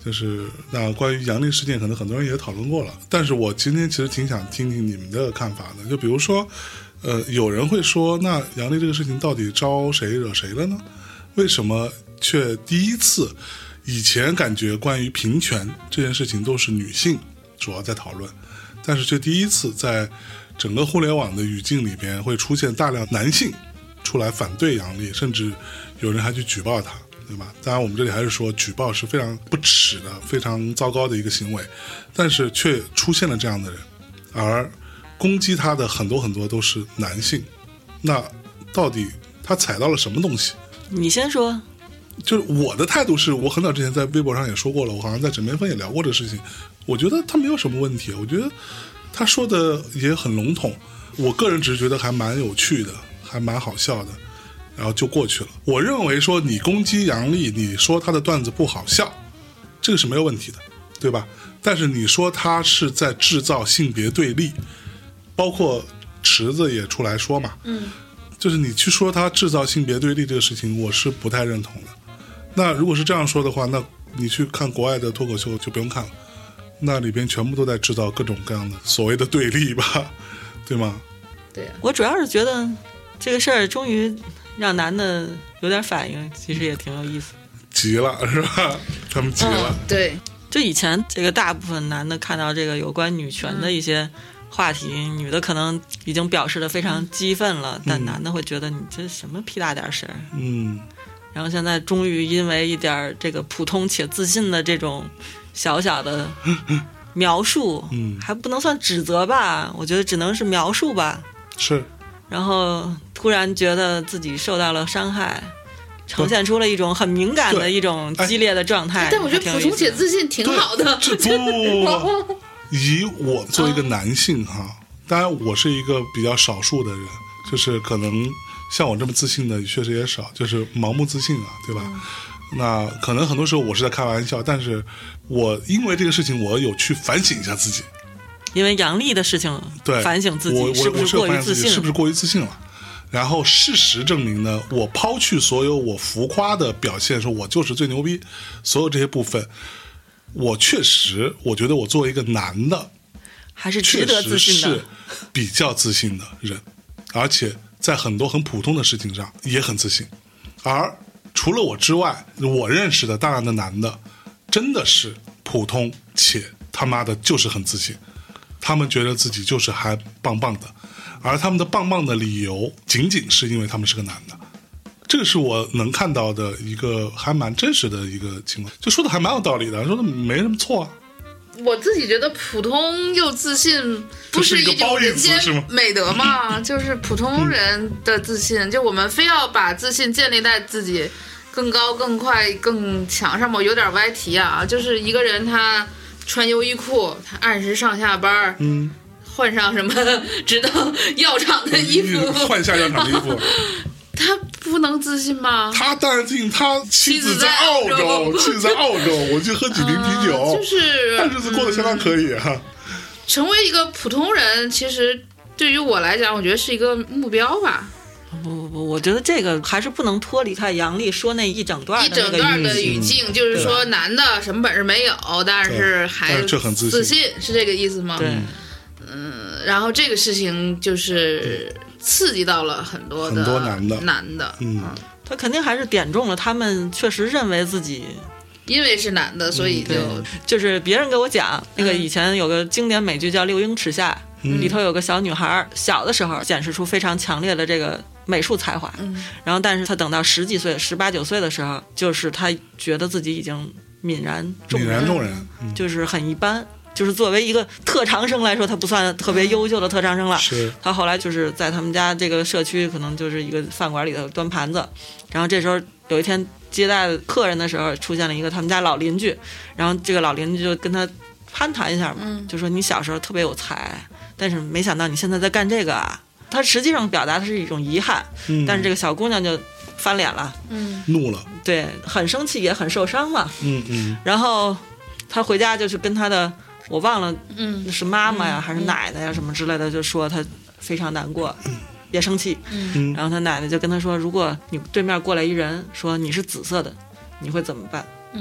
就是那关于杨笠事件可能很多人也讨论过了，但是我今天其实挺想听听你们的看法的。就比如说有人会说，那杨笠这个事情到底招谁惹谁了呢？为什么却第一次，以前感觉关于平权这件事情都是女性主要在讨论，但是却第一次在整个互联网的语境里边会出现大量男性出来反对杨笠，甚至有人还去举报他，对吧？当然我们这里还是说举报是非常不耻的非常糟糕的一个行为，但是却出现了这样的人，而攻击他的很多很多都是男性，那到底他踩到了什么东西？ 你先说。 就是我的态度是，我很早之前在微博上也说过了，我好像在枕边风也聊过这事情，我觉得他没有什么问题，我觉得他说的也很笼统，我个人只是觉得还蛮有趣的，还蛮好笑的，然后就过去了。我认为说你攻击杨笠，你说他的段子不好笑，这个是没有问题的，对吧？但是你说他是在制造性别对立，包括池子也出来说嘛，就是你去说他制造性别对立这个事情，我是不太认同的。那如果是这样说的话，那你去看国外的脱口秀就不用看了，那里边全部都在制造各种各样的所谓的对立吧，对吗？ 对，我主要是觉得这个事儿终于让男的有点反应，其实也挺有意思。 急了是吧？他们急了。 对， 就以前这个大部分男的看到这个有关女权的一些话题，女的可能已经表示的非常激愤了，但男的会觉得你这什么屁大点事儿。然后现在终于因为一点这个普通且自信的这种小小的描述，还不能算指责吧，我觉得只能是描述吧。 是。 然后突然觉得自己受到了伤害，呈现出了一种很敏感的一种激烈的状态。 但我觉得普通且自信挺好的。 不，以我作为一个男性哈，当然我是一个比较少数的人，就是可能像我这么自信的确实也少，就是盲目自信啊，对吧？那可能很多时候我是在开玩笑，但是我因为这个事情我有去反省一下自己， 因为杨笠的事情反省自己是不是过于自信， 是不是过于自信了。然后事实证明呢，我抛去所有我浮夸的表现，说我就是最牛逼，所有这些部分，我确实我觉得我作为一个男的还是值得自信的， 确实是比较自信的人，而且在很多很普通的事情上也很自信。而除了我之外，我认识的大量的男的真的是普通且他妈的就是很自信，他们觉得自己就是还棒棒的，而他们的棒棒的理由仅仅是因为他们是个男的。这个是我能看到的一个还蛮真实的一个情况，就说的还蛮有道理的，说的没什么错啊。 我自己觉得普通又自信不是一种人间美德吗？就是普通人的自信，就我们非要把自信建立在自己更高更快更强上吗？有点歪题啊。就是一个人他穿优衣库，他按时上下班，换上什么知道药厂的衣服， 换下药厂的衣服他不能自信吗？ 他当然自信，他妻子在澳洲，我去喝几瓶啤酒， 就是他日子过得相当可以啊。 成为一个普通人，其实对于我来讲，我觉得是一个目标吧。 不，我觉得这个还是不能脱离开杨笠说那一整段的语境，就是说男的什么本事没有，但是还自信，是这个意思吗？ 对， 然后这个事情就是刺激到了很多男的， 他肯定还是点中了他们确实认为自己因为是男的，所以就是别人给我讲那个以前有个经典美剧叫《六英尺下》，里头有个小女孩小的时候显示出非常强烈的这个美术才华，然后但是她等到10几岁18、19岁的时候，就是她觉得自己已经泯然众人，就是很一般。就是作为一个特长生来说，他不算特别优秀的特长生了。 是他后来就是在他们家这个社区，可能就是一个饭馆里头端盘子。然后这时候有一天接待客人的时候，出现了一个他们家老邻居，然后这个老邻居就跟他攀谈一下嘛，就说你小时候特别有才，但是没想到你现在在干这个啊。他实际上表达的是一种遗憾，但是这个小姑娘就翻脸了， 怒了， 对，很生气也很受伤嘛，然后他回家就去跟他的。我忘了，是妈妈呀还是奶奶呀什么之类的，就说他非常难过，也生气。然后他奶奶就跟他说，如果你对面过来一人说你是紫色的，你会怎么办？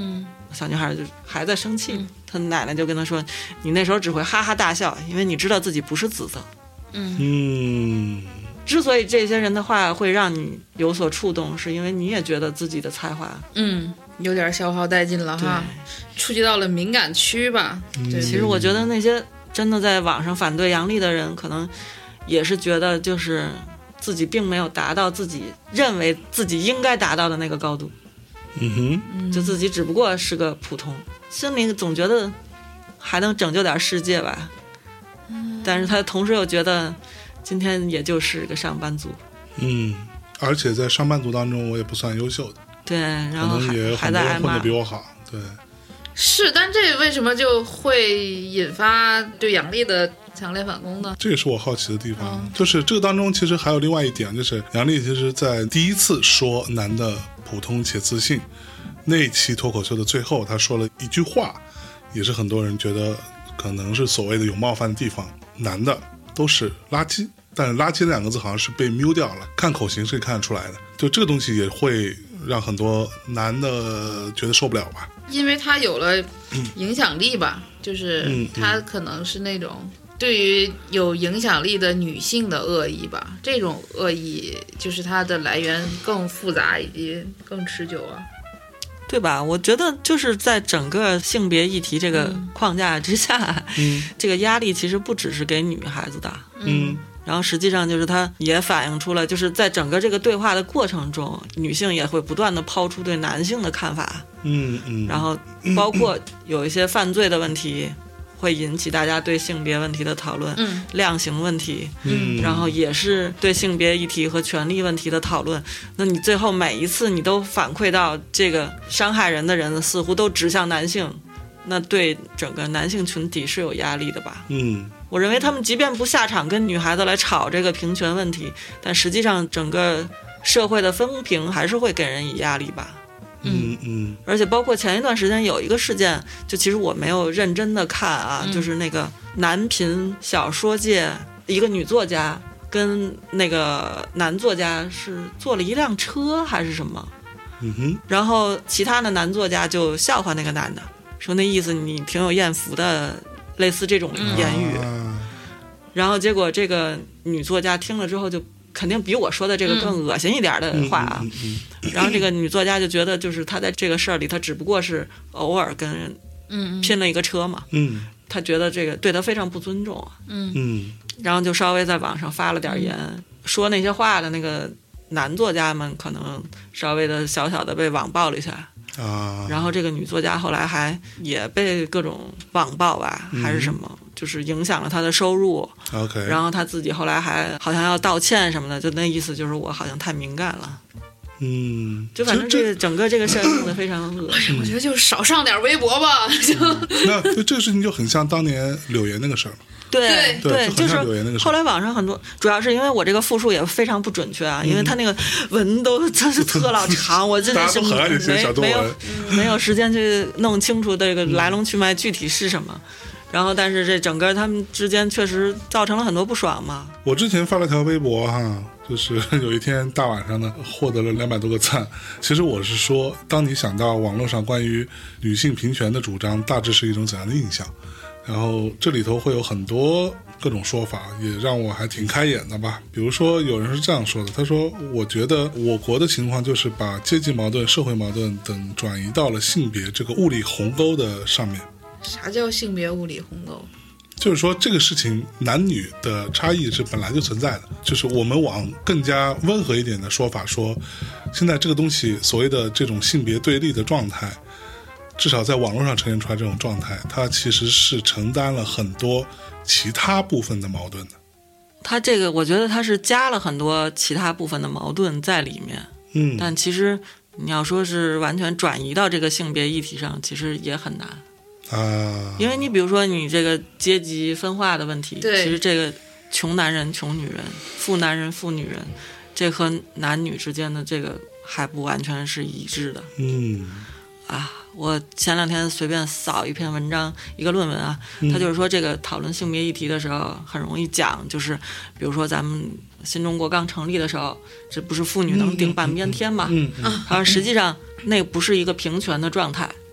小女孩就还在生气，她奶奶就跟她说：“你那时候只会哈哈大笑，因为你知道自己不是紫色。”之所以这些人的话会让你有所触动，是因为你也觉得自己的才华， 有点消耗殆尽了哈，触及到了敏感区吧。对， 其实我觉得那些真的在网上反对杨笠的人，可能也是觉得就是自己并没有达到自己认为自己应该达到的那个高度。就自己只不过是个普通，心里总觉得还能拯救点世界吧。但是他同时又觉得今天也就是个上班族。 而且在上班族当中我也不算优秀的。 对，然后还在挨骂，混得比我好。对， 是，但这为什么就会引发对杨笠的强烈反攻呢？ 这也是我好奇的地方。就是这个当中其实还有另外一点，就是杨笠其实在第一次说男的普通且自信那期脱口秀的最后，他说了一句话，也是很多人觉得可能是所谓的有冒犯的地方，男的都是垃圾。但是垃圾两个字好像是被 mute 掉了，看口型是可以看得出来的。就这个东西也会让很多男的觉得受不了吧， 因为他有了影响力吧，就是他可能是那种对于有影响力的女性的恶意吧，这种恶意就是它的来源更复杂以及更持久啊， 对吧？我觉得就是在整个性别议题这个框架之下，这个压力其实不只是给女孩子的，然后实际上就是它也反映出了，就是在整个这个对话的过程中，女性也会不断的抛出对男性的看法，然后包括有一些犯罪的问题，会引起大家对性别问题的讨论，量刑问题，然后也是对性别议题和权利问题的讨论。那你最后每一次你都反馈到这个伤害人的人似乎都指向男性，那对整个男性群体是有压力的吧？我认为他们即便不下场跟女孩子来吵这个平权问题，但实际上整个社会的风评还是会给人以压力吧。而且包括前一段时间有一个事件，就其实我没有认真的看啊，就是那个男频小说界一个女作家跟那个男作家是坐了一辆车还是什么，然后其他的男作家就笑话那个男的，说那意思你挺有艳福的，类似这种言语，然后结果这个女作家听了之后就肯定比我说的这个更恶心一点的话啊，然后这个女作家就觉得就是她在这个事儿里她只不过是偶尔跟人拼了一个车嘛，她觉得这个对她非常不尊重啊，然后就稍微在网上发了点言，说那些话的那个男作家们可能稍微的小小的被网暴了一下然后这个女作家后来还也被各种网暴吧，还是什么，就是影响了她的收入。然后她自己后来还好像要道歉什么的，就那意思就是我好像太敏感了。就反正这个整个这个事儿弄得非常恶心。 我觉得就少上点微博吧。 那这个事情就很像当年柳岩那个事儿嘛。 对，就是后来网上很多，主要是因为我这个复述也非常不准确啊，因为他那个文都真是特老长，我真的是没有时间去弄清楚这个来龙去脉具体是什么。然后，但是这整个他们之间确实造成了很多不爽嘛。 我之前发了条微博哈，就是有一天大晚上呢，获得了200多个赞。其实我是说，当你想到网络上关于女性平权的主张大致是一种怎样的印象，然后这里头会有很多各种说法，也让我还挺开眼的吧。比如说有人是这样说的，他说我觉得我国的情况就是把阶级矛盾、社会矛盾等转移到了性别这个物理鸿沟的上面。 啥叫性别物理鸿沟？ 就是说这个事情男女的差异是本来就存在的，就是我们往更加温和一点的说法说，现在这个东西所谓的这种性别对立的状态，至少在网络上呈现出来这种状态，它其实是承担了很多其他部分的矛盾的。 它这个我觉得它是加了很多其他部分的矛盾在里面，但其实你要说是完全转移到这个性别议题上，其实也很难因为你比如说你这个阶级分化的问题，其实这个穷男人穷女人，富男人富女人，这和男女之间的这个还不完全是一致的。我前2天随便扫一篇文章，一个论文啊，他就是说这个讨论性别议题的时候很容易讲，就是比如说咱们新中国刚成立的时候，这不是妇女能顶半边天吗？实际上那不是一个平权的状态，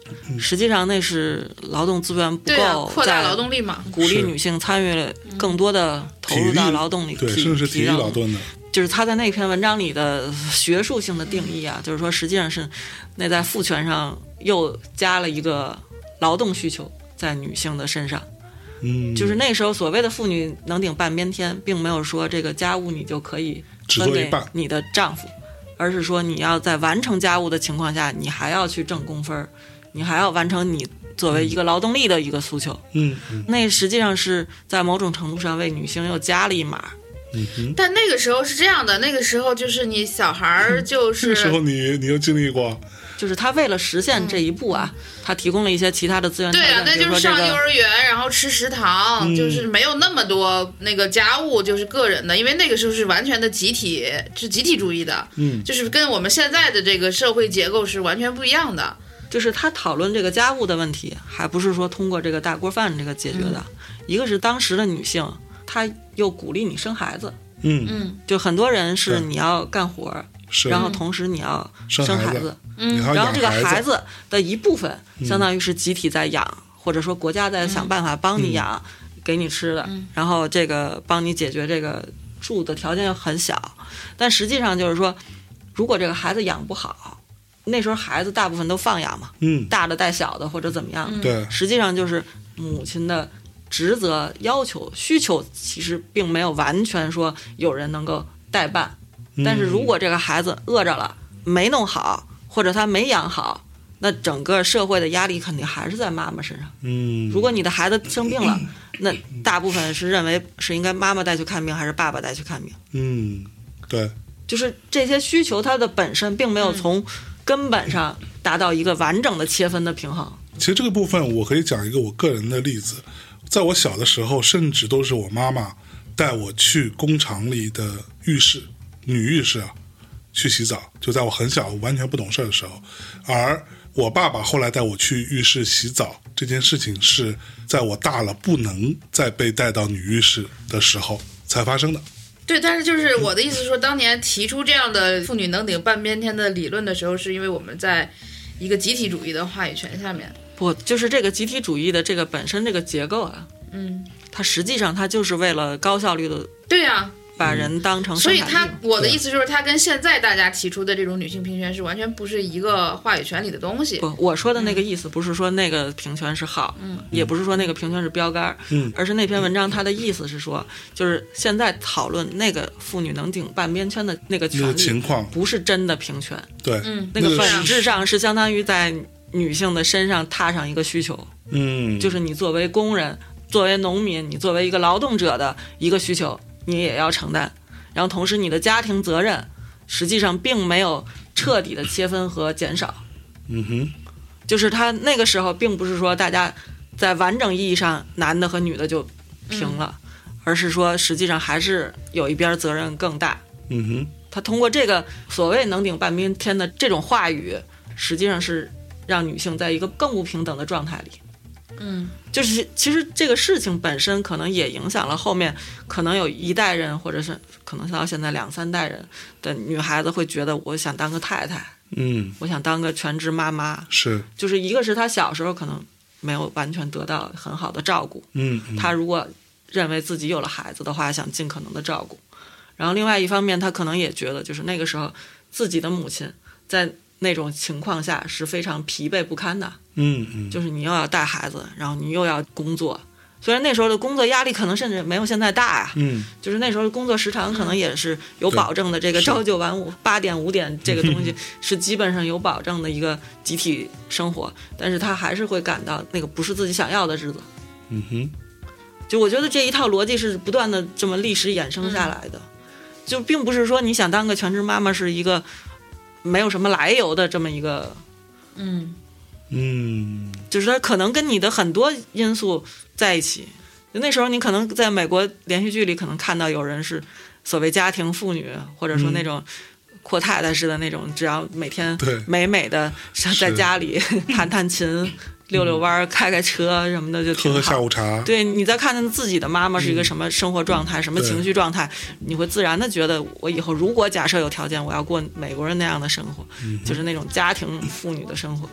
实际上那是劳动资源不够， 扩大劳动力嘛， 鼓励女性参与更多的投入到劳动里， 对，甚至是体力劳动的。 就是他在那篇文章里的学术性的定义啊，就是说实际上是那在父权上又加了一个劳动需求在女性的身上。就是那时候所谓的妇女能顶半边天，并没有说这个家务你就可以分给你的丈夫，而是说你要在完成家务的情况下，你还要去挣工分，你还要完成你作为一个劳动力的一个诉求。那实际上是在某种程度上为女性又加了一码。 但那个时候是这样的，那个时候就是你小孩就是那时候你又经历过， 就是他为了实现这一步啊，他提供了一些其他的资源条件。 对啊，那就是上幼儿园，然后吃食堂，就是没有那么多那个家务，就是个人的，因为那个时候是完全的集体主义的，就是跟我们现在的这个社会结构是完全不一样的。 就是他讨论这个家务的问题，还不是说通过这个大锅饭这个解决的。一个是当时的女性，她又鼓励你生孩子，就很多人是你要干活，然后同时你要生孩子，然后这个孩子的一部分相当于是集体在养，或者说国家在想办法帮你养，给你吃的，然后这个帮你解决这个住的条件又很小，但实际上就是说，如果这个孩子养不好，那时候孩子大部分都放养嘛，大的带小的或者怎么样， 对， 实际上就是母亲的职责、要求、需求，其实并没有完全说有人能够代办。但是如果这个孩子饿着了，没弄好，或者他没养好，那整个社会的压力肯定还是在妈妈身上。如果你的孩子生病了，那大部分是认为是应该妈妈带去看病，还是爸爸带去看病？ 对， 就是这些需求，它的本身并没有从根本上达到一个完整的切分的平衡。 其实这个部分我可以讲一个我个人的例子，在我小的时候，甚至都是我妈妈带我去工厂里的浴室，女浴室啊，去洗澡，就在我很小完全不懂事的时候。而我爸爸后来带我去浴室洗澡这件事情，是在我大了不能再被带到女浴室的时候才发生的。 对，但是就是我的意思是说，当年提出这样的妇女能顶半边天的理论的时候，是因为我们在一个集体主义的话语权下面。 不，就是这个集体主义的这个本身这个结构啊，它实际上它就是为了高效率的， 对呀， 把人当成所以我的意思就是它跟现在大家提出的这种女性平权是完全不是一个话语权里的东西。 不，我说的那个意思不是说那个平权是好，也不是说那个平权是标杆，而是那篇文章它的意思是说，就是现在讨论那个妇女能顶半边天的那个权利情况， 不是真的平权。 对， 那个本质上是相当于在女性的身上踏上一个需求，就是你作为工人，作为农民，你作为一个劳动者的一个需求，你也要承担。然后同时你的家庭责任实际上并没有彻底的切分和减少。就是他那个时候并不是说大家在完整意义上男的和女的就平了，而是说实际上还是有一边责任更大。他通过这个所谓能顶半边天的这种话语，实际上是让女性在一个更不平等的状态里。就是其实这个事情本身可能也影响了后面可能有一代人，或者是可能到现在2-3代人的女孩子会觉得我想当个太太，我想当个全职妈妈。 是， 就是一个是她小时候可能没有完全得到很好的照顾，她如果认为自己有了孩子的话，想尽可能的照顾。然后另外一方面，她可能也觉得就是那个时候自己的母亲在那种情况下是非常疲惫不堪的，就是你又要带孩子，然后你又要工作，虽然那时候的工作压力可能甚至没有现在大呀，就是那时候的工作时长可能也是有保证的，这个朝9晚58点5点这个东西是基本上有保证的一个集体生活，但是他还是会感到那个不是自己想要的日子。就我觉得这一套逻辑是不断的这么历史衍生下来的，就并不是说你想当个全职妈妈是一个没有什么来由的这么一个，就是它可能跟你的很多因素在一起。就那时候你可能在美国连续剧里可能看到有人是所谓家庭妇女，或者说那种阔太太式的那种，只要每天美美的在家里弹弹琴、溜溜弯、开开车什么的就挺好， 喝下午茶。 对，你再看看自己的妈妈是一个什么生活状态、什么情绪状态，你会自然的觉得，我以后如果假设有条件，我要过美国人那样的生活，就是那种家庭妇女的生活。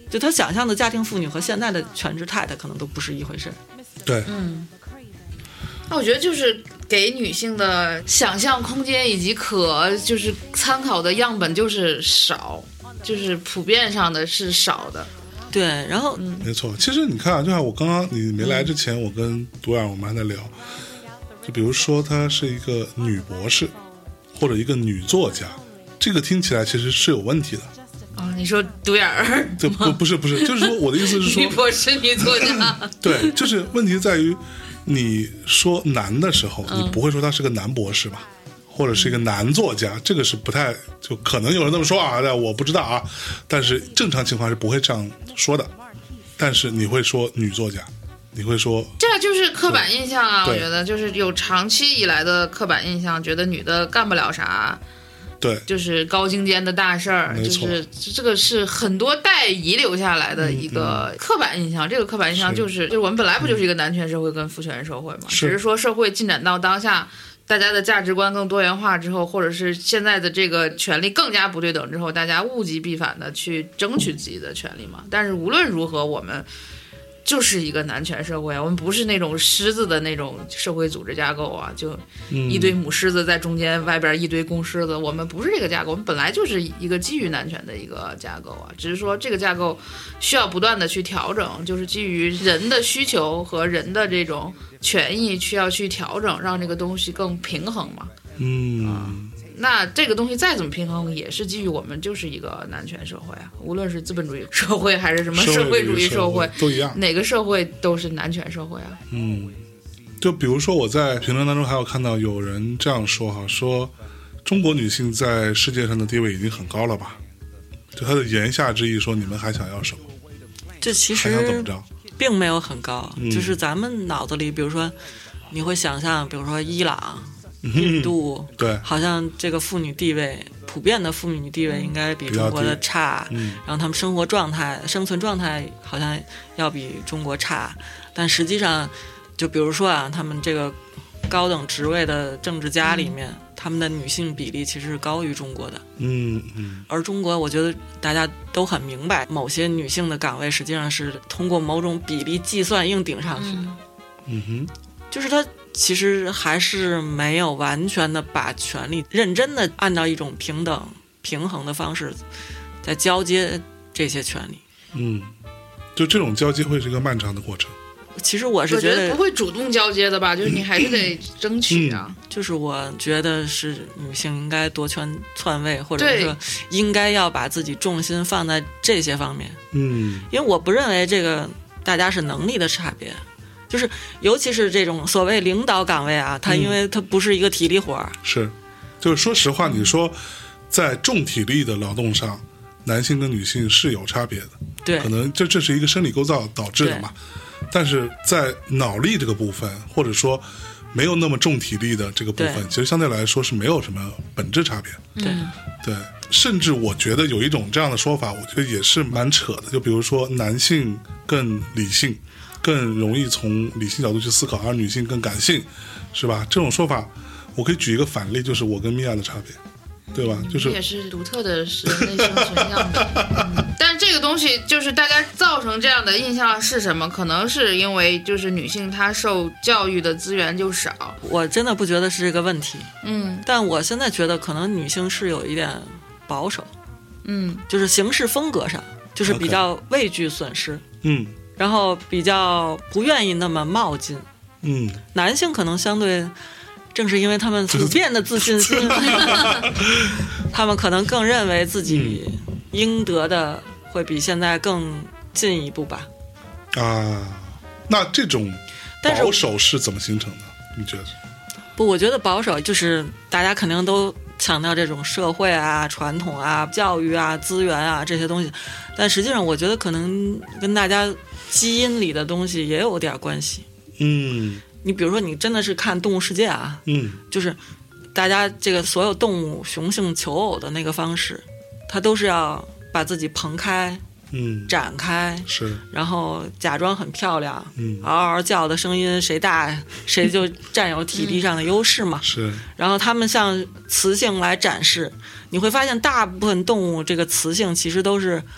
就他想象的家庭妇女和现在的全职太太可能都不是一回事。 对， 那我觉得就是给女性的想象空间以及就是参考的样本就是少，就是普遍上的是少的。 对，然后没错。其实你看啊，就像我刚刚你没来之前，我跟独眼我们还在聊，就比如说她是一个女博士或者一个女作家，这个听起来其实是有问题的。 你说独眼儿？ 对，不是，就是说我的意思是说， 女博士、女作家。 对，就是问题在于，你说男的时候，你不会说他是个男博士吧，或者是一个男作家，这个是不太，就可能有人这么说啊，我不知道啊，但是正常情况是不会这样说的。但是你会说女作家，你会说， 这就是刻板印象啊！我觉得就是有长期以来的刻板印象，觉得女的干不了啥。 对， 就是高精尖的大事儿，就是这个是很多代遗留下来的一个刻板印象。这个刻板印象就是我们本来不就是一个男权社会跟父权社会嘛？只是说社会进展到当下，大家的价值观更多元化之后，或者是现在的这个权利更加不对等之后，大家物极必反的去争取自己的权利嘛。但是无论如何，我们就是一个男权社会啊，我们不是那种狮子的那种社会组织架构啊，就一堆母狮子在中间，外边一堆公狮子，我们不是这个架构，我们本来就是一个基于男权的一个架构啊，只是说这个架构需要不断的去调整，就是基于人的需求和人的这种权益需要去调整，让这个东西更平衡嘛。那这个东西再怎么平衡，也是基于我们就是一个男权社会啊，无论是资本主义社会还是什么社会主义社会都一样， 哪个社会都是男权社会啊。 就比如说我在评论当中还有看到有人这样说哈，说中国女性在世界上的地位已经很高了吧？就他的言下之意说你们还想要什么？ 这其实还想怎么着？ 并没有很高，就是咱们脑子里，比如说你会想象，比如说伊朗。印度对， 好像这个妇女地位，普遍的妇女地位应该比中国的差，然后他们生活状态、生存状态好像要比中国差，但实际上，就比如说啊，他们这个高等职位的政治家里面，他们的女性比例其实是高于中国的。而中国，我觉得大家都很明白，某些女性的岗位实际上是通过某种比例计算硬顶上去的。就是他其实还是没有完全的把权力认真的按照一种平等平衡的方式在交接这些权利。 就这种交接会是一个漫长的过程。 其实我是觉得不会主动交接的吧，就是你还是得争取啊。 就是我觉得是女性应该夺权篡位，或者说应该要把自己重心放在这些方面。因为我不认为这个大家是能力的差别。就是尤其是这种所谓领导岗位啊，它因为它不是一个体力活是，就是说实话，你说在重体力的劳动上，男性跟女性是有差别的， 对， 可能这是一个生理构造导致的嘛。但是在脑力这个部分，或者说没有那么重体力的这个部分，其实相对来说是没有什么本质差别。对，甚至我觉得有一种这样的说法，我觉得也是蛮扯的。就比如说男性更理性。更容易从理性角度去思考，而女性更感性，是吧？这种说法，我可以举一个反例，就是我跟米娅的差别，对吧？就是也是独特的人类生存样本。但是这个东西就是大家造成这样的印象是什么？可能是因为就是女性她受教育的资源就少。 我真的不觉得是这个问题。但我现在觉得可能女性是有一点保守。就是行事风格上，就是比较畏惧损失。然后比较不愿意那么冒进。男性可能相对，正是因为他们普遍的自信心，他们可能更认为自己应得的会比现在更进一步吧。 那这种保守是怎么形成的？你觉得？ 不，我觉得保守就是大家肯定都强调这种社会啊、传统啊、教育啊、资源啊这些东西，但实际上我觉得可能跟大家基因里的东西也有点关系。你比如说你真的是看《动物世界》啊，就是大家这个所有动物雄性求偶的那个方式，它都是要把自己蓬开，展开， 是， 然后假装很漂亮，嗷嗷叫的声音谁大谁就占有体力上的优势嘛。 是， 然后他们向雌性来展示，你会发现大部分动物这个雌性其实都是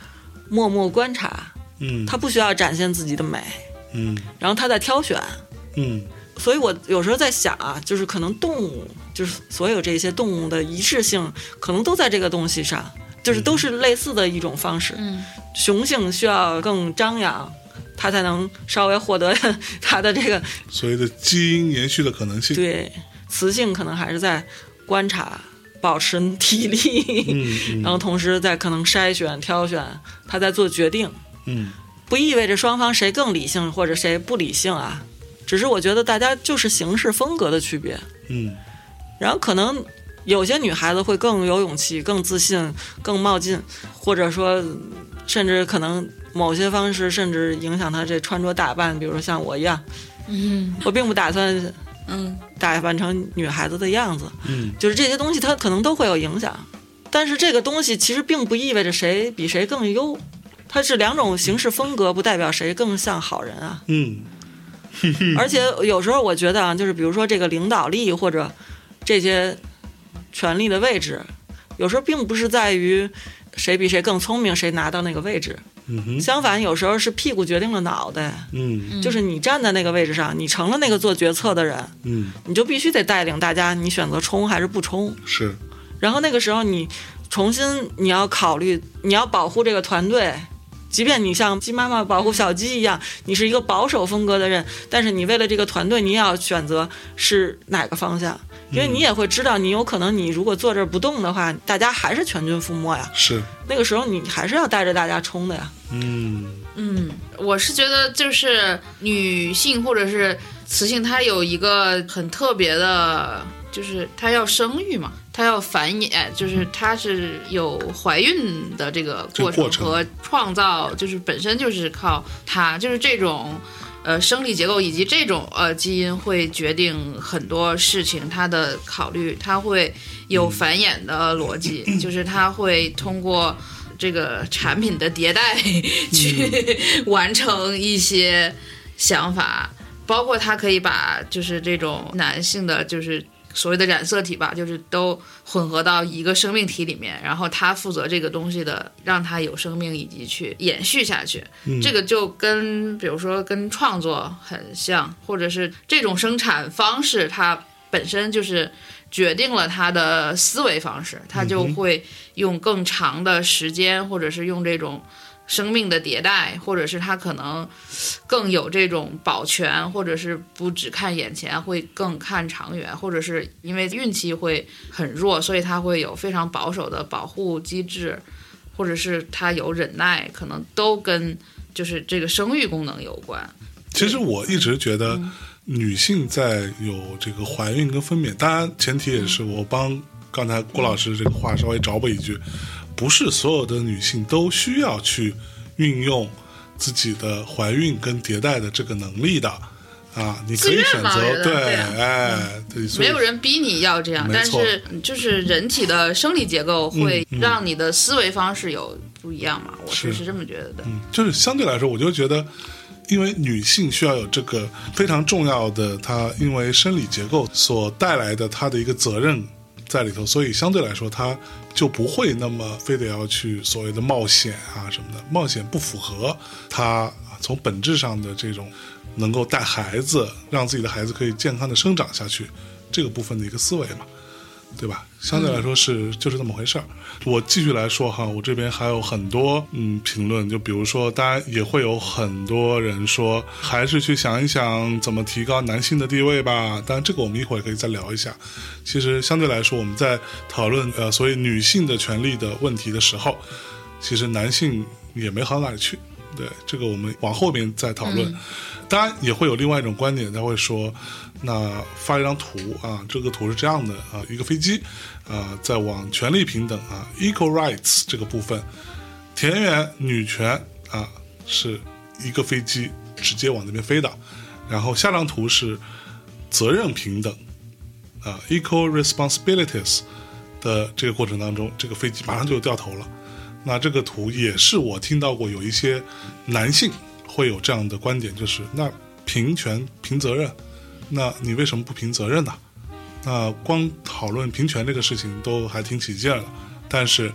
默默观察，他不需要展现自己的美，然后他在挑选，所以我有时候在想啊，就是可能动物，就是所有这些动物的一致性，可能都在这个东西上，就是都是类似的一种方式。雄性需要更张扬，它才能稍微获得它的这个所谓的基因延续的可能性。 对，雌性可能还是在观察，保持体力，然后同时在可能筛选、挑选，它在做决定。不意味着双方谁更理性或者谁不理性啊。只是我觉得大家就是行事风格的区别，然后可能有些女孩子会更有勇气、更自信、更冒进，或者说甚至可能某些方式甚至影响她这穿着打扮，比如说像我一样，我并不打算打扮成女孩子的样子，就是这些东西它可能都会有影响，但是这个东西其实并不意味着谁比谁更优，它是两种行事风格，不代表谁更像好人啊。而且有时候我觉得啊，就是比如说这个领导力或者这些权力的位置，有时候并不是在于谁比谁更聪明，谁拿到那个位置。相反，有时候是屁股决定了脑袋。就是你站在那个位置上，你成了那个做决策的人，你就必须得带领大家，你选择冲还是不冲。 是。 然后那个时候你重新你要考虑，你要保护这个团队。即便你像鸡妈妈保护小鸡一样，你是一个保守风格的人，但是你为了这个团队，你也要选择是哪个方向，因为你也会知道，你有可能你如果坐这儿不动的话，大家还是全军覆没呀。 是， 那个时候你还是要带着大家冲的呀。 我是觉得就是女性或者是雌性，她有一个很特别的，就是她要生育嘛，她要繁衍，就是她是有怀孕的这个过程和创造，就是本身就是靠她，就是这种生理结构以及这种基因会决定很多事情，它的考虑，它会有繁衍的逻辑，就是它会通过这个产品的迭代去完成一些想法，包括它可以把就是这种男性的就是所谓的染色体吧，就是都混合到一个生命体里面，然后他负责这个东西的让它有生命以及去延续下去。这个就跟比如说跟创作很像，或者是这种生产方式它本身就是决定了他的思维方式，他就会用更长的时间，或者是用这种生命的迭代，或者是他可能更有这种保全，或者是不只看眼前，会更看长远，或者是因为运气会很弱，所以他会有非常保守的保护机制，或者是他有忍耐，可能都跟就是这个生育功能有关。 其实我一直觉得女性在有这个怀孕跟分娩，当然前提也是我帮刚才郭老师这个话稍微着补一句，不是所有的女性都需要去运用自己的怀孕跟迭代的这个能力的啊，你可以选择对， 没有人逼你要这样，但是就是人体的生理结构会让你的思维方式有不一样嘛，我是这么觉得的。 就是相对来说，我就觉得因为女性需要有这个非常重要的她因为生理结构所带来的她的一个责任在里头，所以相对来说她就不会那么非得要去所谓的冒险啊什么的，冒险不符合她从本质上的这种能够带孩子，让自己的孩子可以健康的生长下去这个部分的一个思维嘛，对吧？相对来说就是这么回事儿。我继续来说哈，我这边还有很多评论，就比如说当然也会有很多人说还是去想一想怎么提高男性的地位吧，当然这个我们一会儿可以再聊一下。其实相对来说我们在讨论所谓女性的权利的问题的时候，其实男性也没好到哪里去，对，这个我们往后面再讨论。当然也会有另外一种观点，他会说那发一张图啊，这个图是这样的啊，一个飞机在往权利平等啊 equal rights 这个部分，田园女权啊是一个飞机直接往那边飞的，然后下张图是责任平等啊 equal responsibilities 的这个过程当中，这个飞机马上就掉头了。那这个图也是我听到过有一些男性会有这样的观点，就是那平权平责任，那你为什么不平责任呢？那光讨论平权这个事情都还挺起劲了，但是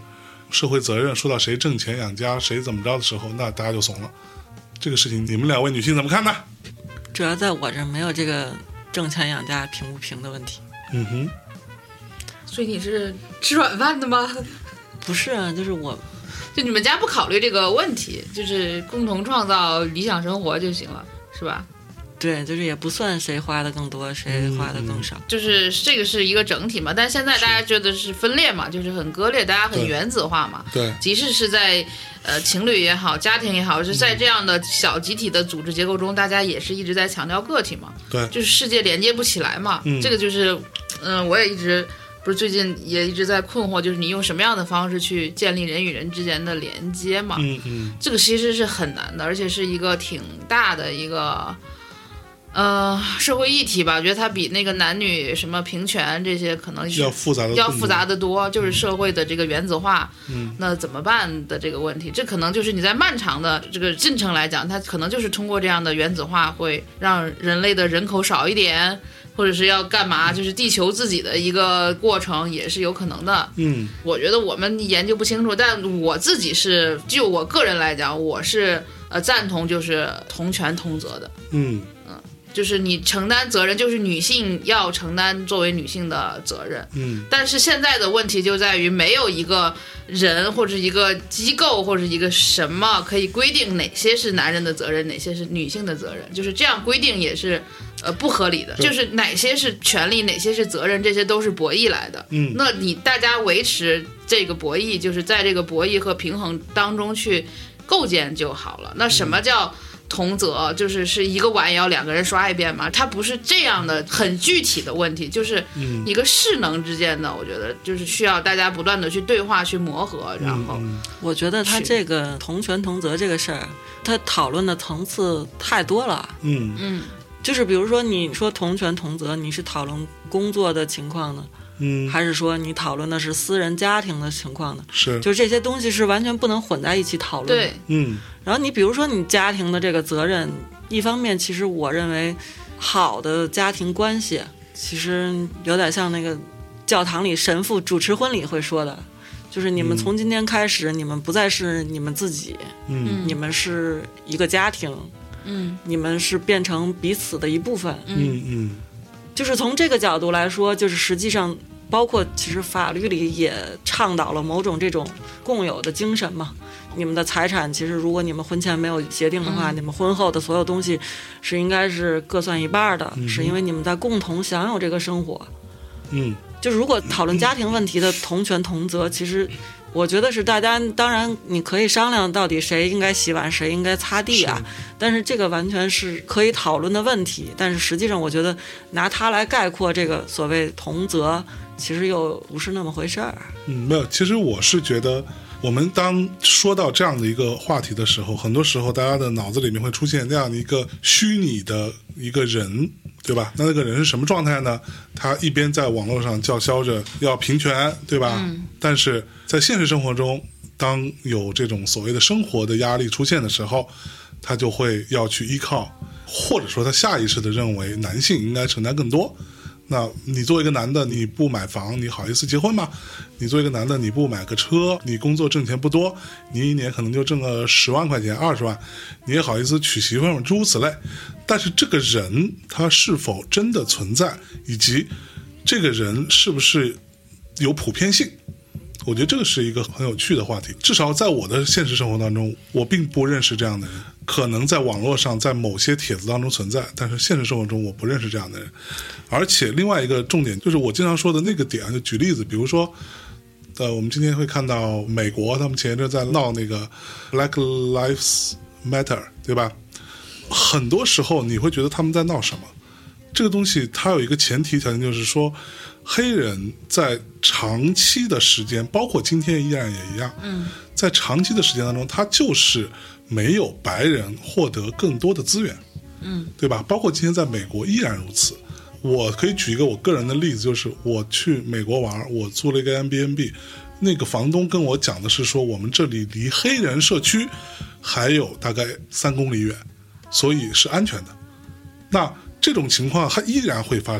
社会责任说到谁挣钱养家谁怎么着的时候，那大家就怂了。这个事情你们两位女性怎么看呢？ 主要在我这没有这个挣钱养家平不平的问题。 所以你是吃软饭的吗？ 不是啊， 就你们家不考虑这个问题，就是共同创造理想生活就行了，是吧？ 对，就是也不算谁花的更多谁花的更少， 就是这个是一个整体嘛。但现在大家觉得是分裂嘛，就是很割裂，大家很原子化嘛。 对， 即使是在情侣也好家庭也好，是在这样的小集体的组织结构中，大家也是一直在强调个体嘛。 对， 就是世界连接不起来嘛。这个就是我也一直不是最近也一直在困惑，就是你用什么样的方式去建立人与人之间的连接嘛。这个其实是很难的，而且是一个挺大的一个社会议题吧。我觉得它比那个男女什么平权这些可能要复杂的多，就是社会的这个原子化，那怎么办的这个问题，这可能就是你在漫长的这个进程来讲，它可能就是通过这样的原子化会让人类的人口少一点，或者是要干嘛，就是地球自己的一个过程也是有可能的。我觉得我们研究不清楚，但我自己是就我个人来讲，我是赞同就是同权同责的。就是你承担责任，就是女性要承担作为女性的责任。但是现在的问题就在于没有一个人或者一个机构或者一个什么可以规定哪些是男人的责任，哪些是女性的责任，就是这样规定也是不合理的。就是哪些是权利，哪些是责任，这些都是博弈来的。那你大家维持这个博弈，就是在这个博弈和平衡当中去构建就好了。那什么叫同责，就是一个碗也要两个人刷一遍嘛，它不是这样的很具体的问题，就是一个势能之间的，我觉得就是需要大家不断的去对话去磨合。然后我觉得他这个同权同责这个事儿，他讨论的层次太多了。就是比如说你说同权同责，你是讨论工作的情况呢，还是说你讨论的是私人家庭的情况呢？ 是， 就是这些东西是完全不能混在一起讨论的。 对， 然后你比如说你家庭的这个责任，一方面其实我认为好的家庭关系其实有点像那个教堂里神父主持婚礼会说的，就是你们从今天开始，你们不再是你们自己，你们是一个家庭，你们是变成彼此的一部分。就是从这个角度来说，就是实际上包括其实法律里也倡导了某种这种共有的精神嘛。你们的财产其实如果你们婚前没有协定的话，你们婚后的所有东西是应该是各算一半的，是因为你们在共同享有这个生活。就是如果讨论家庭问题的同权同责，其实我觉得是大家，当然你可以商量到底谁应该洗碗谁应该擦地啊，但是这个完全是可以讨论的问题。但是实际上我觉得拿它来概括这个所谓同责，其实又不是那么回事儿。 没有，其实我是觉得我们当说到这样的一个话题的时候，很多时候大家的脑子里面会出现这样的一个虚拟的一个人，对吧？那个人是什么状态呢？他一边在网络上叫嚣着要平权，对吧？但是在现实生活中，当有这种所谓的生活的压力出现的时候，他就会要去依靠，或者说他下意识的认为男性应该承担更多。那你作为一个男的，你不买房，你好意思结婚吗？你作为一个男的，你不买个车，你工作挣钱不多，你一年可能就挣个10万块钱、20万，你也好意思娶媳妇吗？诸如此类。但是这个人他是否真的存在，以及这个人是不是有普遍性，我觉得这个是一个很有趣的话题。至少在我的现实生活当中，我并不认识这样的人，可能在网络上在某些帖子当中存在，但是现实生活中我不认识这样的人。而且另外一个重点就是我经常说的那个点，就举例子，比如说我们今天会看到美国他们前一阵在闹那个 Black Lives Matter， 对吧？很多时候你会觉得他们在闹什么，这个东西它有一个前提条件，就是说黑人在长期的时间，包括今天依然也一样，在长期的时间当中，他就是没有白人获得更多的资源，对吧？包括今天在美国依然如此。我可以举一个我个人的例子，就是我去美国玩，我租了一个 Airbnb， 那个房东跟我讲的是说，我们这里离黑人社区还有大概3公里远，所以是安全的。那这种情况它依然会发生，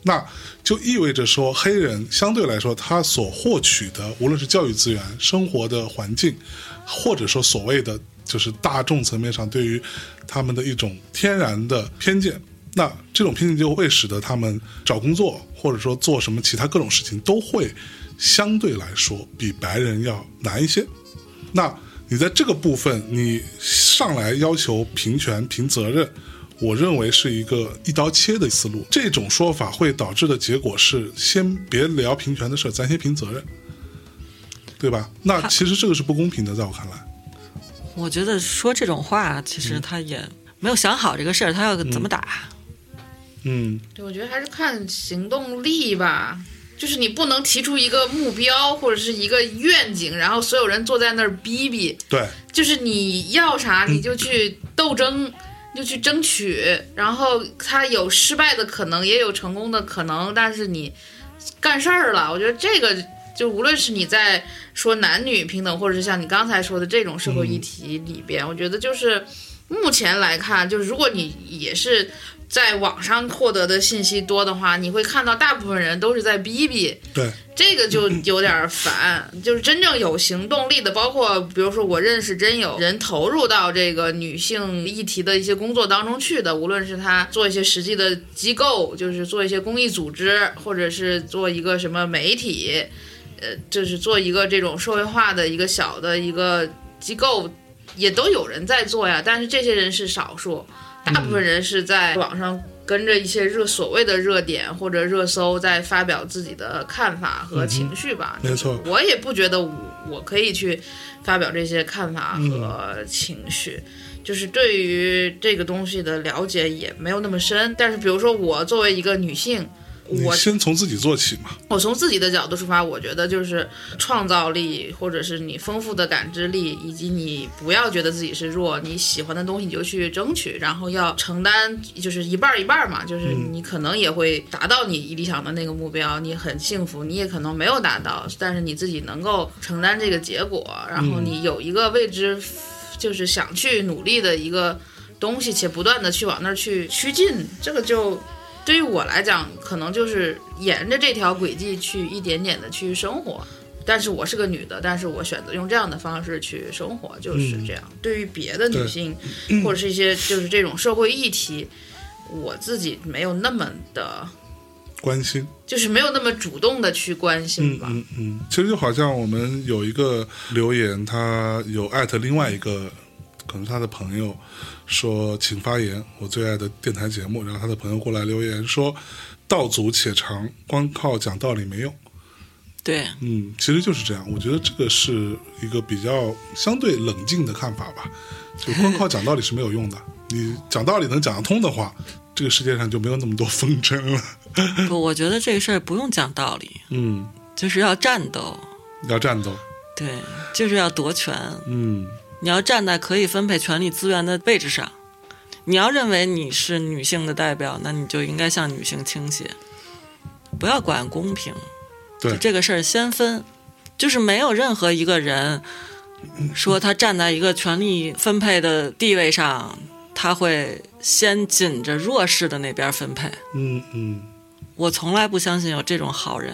那就意味着说黑人相对来说他所获取的无论是教育资源、生活的环境，或者说所谓的就是大众层面上对于他们的一种天然的偏见，那这种偏见就会使得他们找工作或者说做什么其他各种事情都会相对来说比白人要难一些。那你在这个部分你上来要求平权平责任，我认为是一个一刀切的思路。这种说法会导致的结果是先别聊平权的事，咱先平责任，对吧？那其实这个是不公平的，在我看来。 我觉得说这种话其实他也没有想好这个事儿他要怎么打。 对，我觉得还是看行动力吧。就是你不能提出一个目标或者是一个愿景，然后所有人坐在那儿逼逼。 对， 就是你要啥你就去斗争，就去争取，然后他有失败的可能，也有成功的可能，但是你干事儿了。我觉得这个就无论是你在说男女平等，或者是像你刚才说的这种社会议题里边，我觉得就是目前来看，就是如果你也是在网上获得的信息多的话，你会看到大部分人都是在逼逼。 对， 这个就有点烦。就是真正有行动力的，包括比如说我认识真有人投入到这个女性议题的一些工作当中去的，无论是他做一些实际的机构，就是做一些公益组织，或者是做一个什么媒体，就是做一个这种社会化的一个小的一个机构，也都有人在做呀。但是这些人是少数，大部分人是在网上跟着一些所谓的热点或者热搜在发表自己的看法和情绪吧。 没错， 我也不觉得我可以去发表这些看法和情绪，就是对于这个东西的了解也没有那么深。但是比如说我作为一个女性， 我先从自己做起嘛。 我从自己的角度出发，我觉得就是创造力，或者是你丰富的感知力，以及你不要觉得自己是弱，你喜欢的东西你就去争取，然后要承担，就是一半一半嘛。就是你可能也会达到你理想的那个目标，你很幸福，你也可能没有达到，但是你自己能够承担这个结果，然后你有一个为之就是想去努力的一个东西，且不断的去往那儿去趋近，这个就对于我来讲，可能就是沿着这条轨迹去一点点的去生活。但是我是个女的，但是我选择用这样的方式去生活，就是这样。对于别的女性，或者是一些就是这种社会议题，我自己没有那么的关心， 就是没有那么主动的去关心吧。 其实就好像我们有一个留言，他有艾特另外一个可能他的朋友说请发言，我最爱的电台节目，然后他的朋友过来留言说道阻且长，光靠讲道理没用。 对， 其实就是这样。我觉得这个是一个比较相对冷静的看法吧，就光靠讲道理是没有用的。你讲道理能讲得通的话，这个世界上就没有那么多纷争了。 不，我觉得这个事儿不用讲道理，就是要战斗， 要战斗， 对，就是要夺权，你要站在可以分配权力资源的位置上，你要认为你是女性的代表，那你就应该向女性倾斜，不要管公平。 对， 这个事儿先分，就是没有任何一个人说他站在一个权力分配的地位上，他会先紧着弱势的那边分配。我从来不相信有这种好人。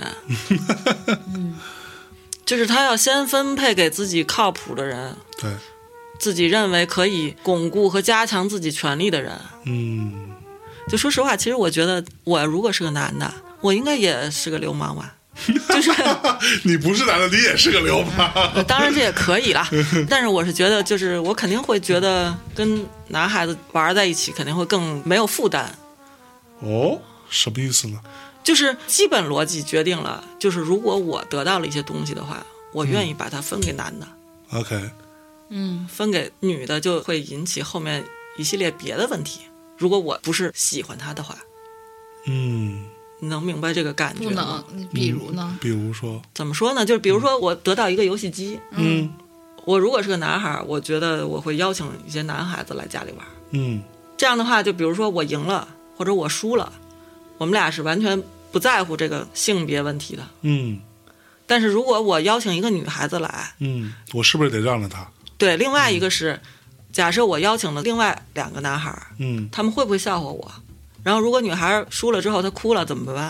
就是他要先分配给自己靠谱的人， 对， 自己认为可以巩固和加强自己权利的人。就说实话，其实我觉得我如果是个男的，我应该也是个流氓吧。就是你不是男的，你也是个流氓。 当然这也可以啦，但是我是觉得，就是我肯定会觉得跟男孩子玩在一起肯定会更没有负担。 哦，什么意思呢？ 就是基本逻辑决定了，就是如果我得到了一些东西的话，我愿意把它分给男的。 OK， 分给女的就会引起后面一系列别的问题。如果我不是喜欢他的话，你能明白这个感觉吗？ 不能，比如呢？ 比如说怎么说呢？就是比如说我得到一个游戏机，我如果是个男孩，我觉得我会邀请一些男孩子来家里玩，这样的话，就比如说我赢了或者我输了，我们俩是完全不在乎这个性别问题的，但是如果我邀请一个女孩子来， 我是不是得让着她？ 对，另外一个是，假设我邀请了另外2个男孩，他们会不会笑话我？ 然后如果女孩输了之后她哭了怎么办？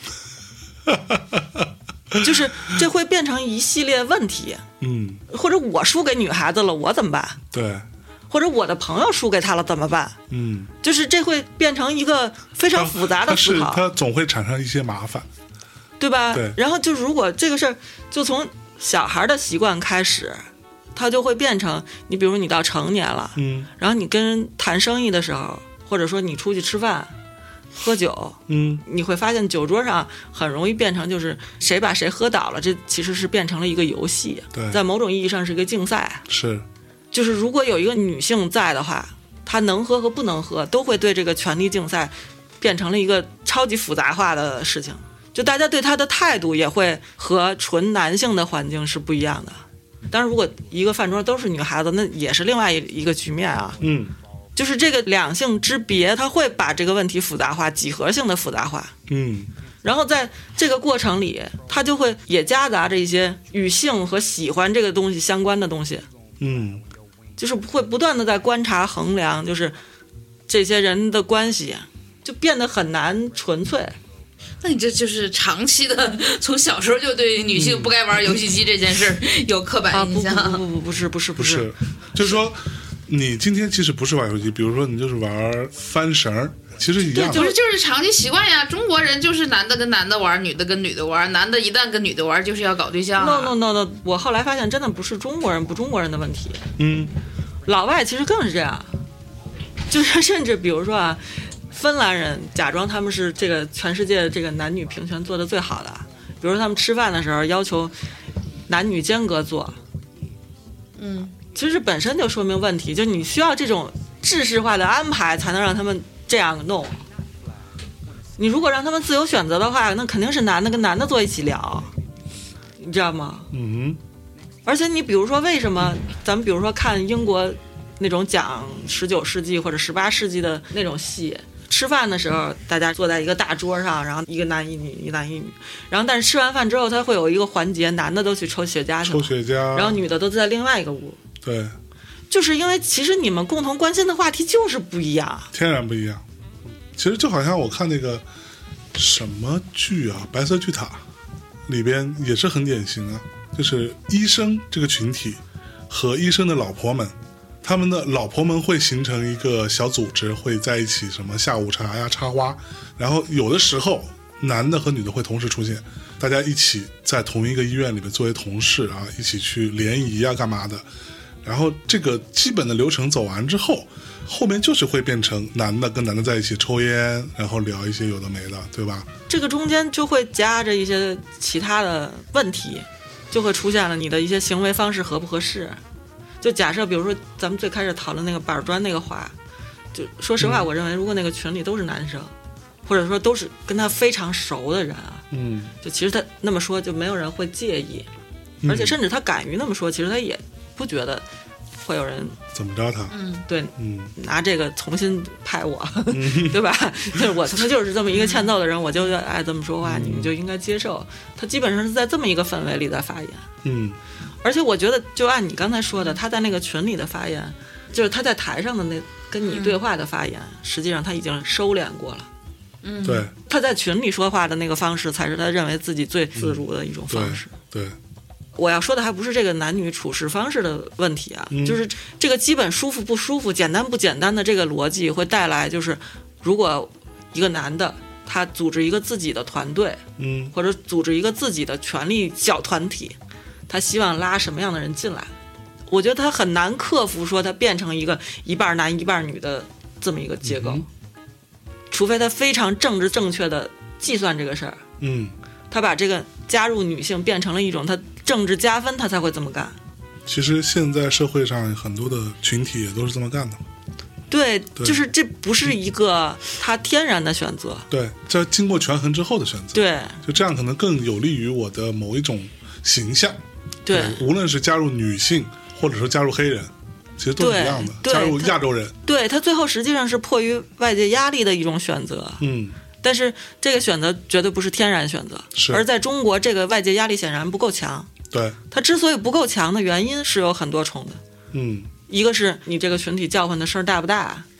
就是这会变成一系列问题。或者我输给女孩子了我怎么办？ 对， 或者我的朋友输给他了怎么办？就是这会变成一个非常复杂的思考， 它总会产生一些麻烦， 对吧？ 对。 然后就如果这个事儿就从小孩的习惯开始，它就会变成你比如你到成年了，然后你跟人谈生意的时候，或者说你出去吃饭喝酒，你会发现酒桌上很容易变成就是谁把谁喝倒了，这其实是变成了一个游戏， 对， 在某种意义上是一个竞赛。 是， 就是如果有一个女性在的话，她能喝和不能喝都会对这个权力竞赛变成了一个超级复杂化的事情，就大家对她的态度也会和纯男性的环境是不一样的。当然如果一个饭桌都是女孩子，那也是另外一个局面啊。就是这个两性之别，它会把这个问题复杂化，几何性的复杂化。然后在这个过程里，它就会也夹杂着一些与性和喜欢这个东西相关的东西。就是会不断的在观察衡量，就是这些人的关系就变得很难纯粹。 那你这就是长期的从小时候就对女性不该玩游戏机这件事有刻板印象。 不是， 就是说你今天其实不是玩游戏，比如说你就是玩翻绳，其实一样的， 就是长期习惯呀。中国人就是男的跟男的玩，女的跟女的玩，男的一旦跟女的玩就是要搞对象。 No， 我后来发现真的不是中国人不中国人的问题。老外其实更是这样，就是甚至比如说啊，芬兰人假装他们是这个全世界这个男女平权做的最好的，比如说他们吃饭的时候要求男女间隔坐。其实本身就说明问题，就你需要这种制式化的安排才能让他们这样弄。你如果让他们自由选择的话，那肯定是男的跟男的坐一起聊，你知道吗？而且你比如说为什么咱们比如说看英国那种讲19世纪或者18世纪的那种戏，吃饭的时候大家坐在一个大桌上，然后一个男一女一男一女，然后但是吃完饭之后他会有一个环节，男的都去抽雪茄去了，然后女的都在另外一个屋。 对， 就是因为其实你们共同关心的话题就是不一样， 天然不一样。其实就好像我看那个什么剧啊，白色巨塔里边也是很典型啊，就是医生这个群体和医生的老婆们，他们的老婆们会形成一个小组织，会在一起什么下午茶呀、插花，然后有的时候男的和女的会同时出现，大家一起在同一个医院里面作为同事啊，一起去联谊啊干嘛的。然后这个基本的流程走完之后，后面就是会变成男的跟男的在一起抽烟，然后聊一些有的没的，对吧？ 这个中间就会夹着一些其他的问题，就会出现了你的一些行为方式合不合适。就假设比如说咱们最开始讨论那个板砖那个话，就说实话，我认为如果那个群里都是男生，或者说都是跟他非常熟的人啊，就其实他那么说就没有人会介意，而且甚至他敢于那么说，其实他也不觉得会有人怎么着他， 对，拿这个重新拍我，对吧？就是我他妈就是这么一个欠揍的人，我就爱这么说话，你们就应该接受。他基本上是在这么一个氛围里在发言，而且我觉得就按你刚才说的，他在那个群里的发言，就是他在台上的那跟你对话的发言，实际上他已经收敛过了。 对， 他在群里说话的那个方式，才是他认为自己最自如的一种方式。 对。 我要说的还不是这个男女处事方式的问题啊，就是这个基本舒服不舒服、简单不简单的这个逻辑会带来，就是如果一个男的他组织一个自己的团队，或者组织一个自己的权力小团体，他希望拉什么样的人进来，我觉得他很难克服说他变成一个一半男一半女的这么一个结构，除非他非常政治正确的计算这个事儿，他把这个加入女性变成了一种他政治加分，他才会这么干。 其实现在社会上很多的群体也都是这么干的。 对，就是这不是一个他天然的选择， 对，这经过权衡之后的选择。 对， 就这样可能更有利于我的某一种形象。 对， 无论是加入女性或者说加入黑人，其实都是一样的，加入亚洲人。 对，他最后实际上是迫于外界压力的一种选择。但是这个选择绝对不是天然选择，而在中国这个外界压力显然不够强。 对， 它之所以不够强的原因是有很多重的。一个是你这个群体叫唤的声大不大，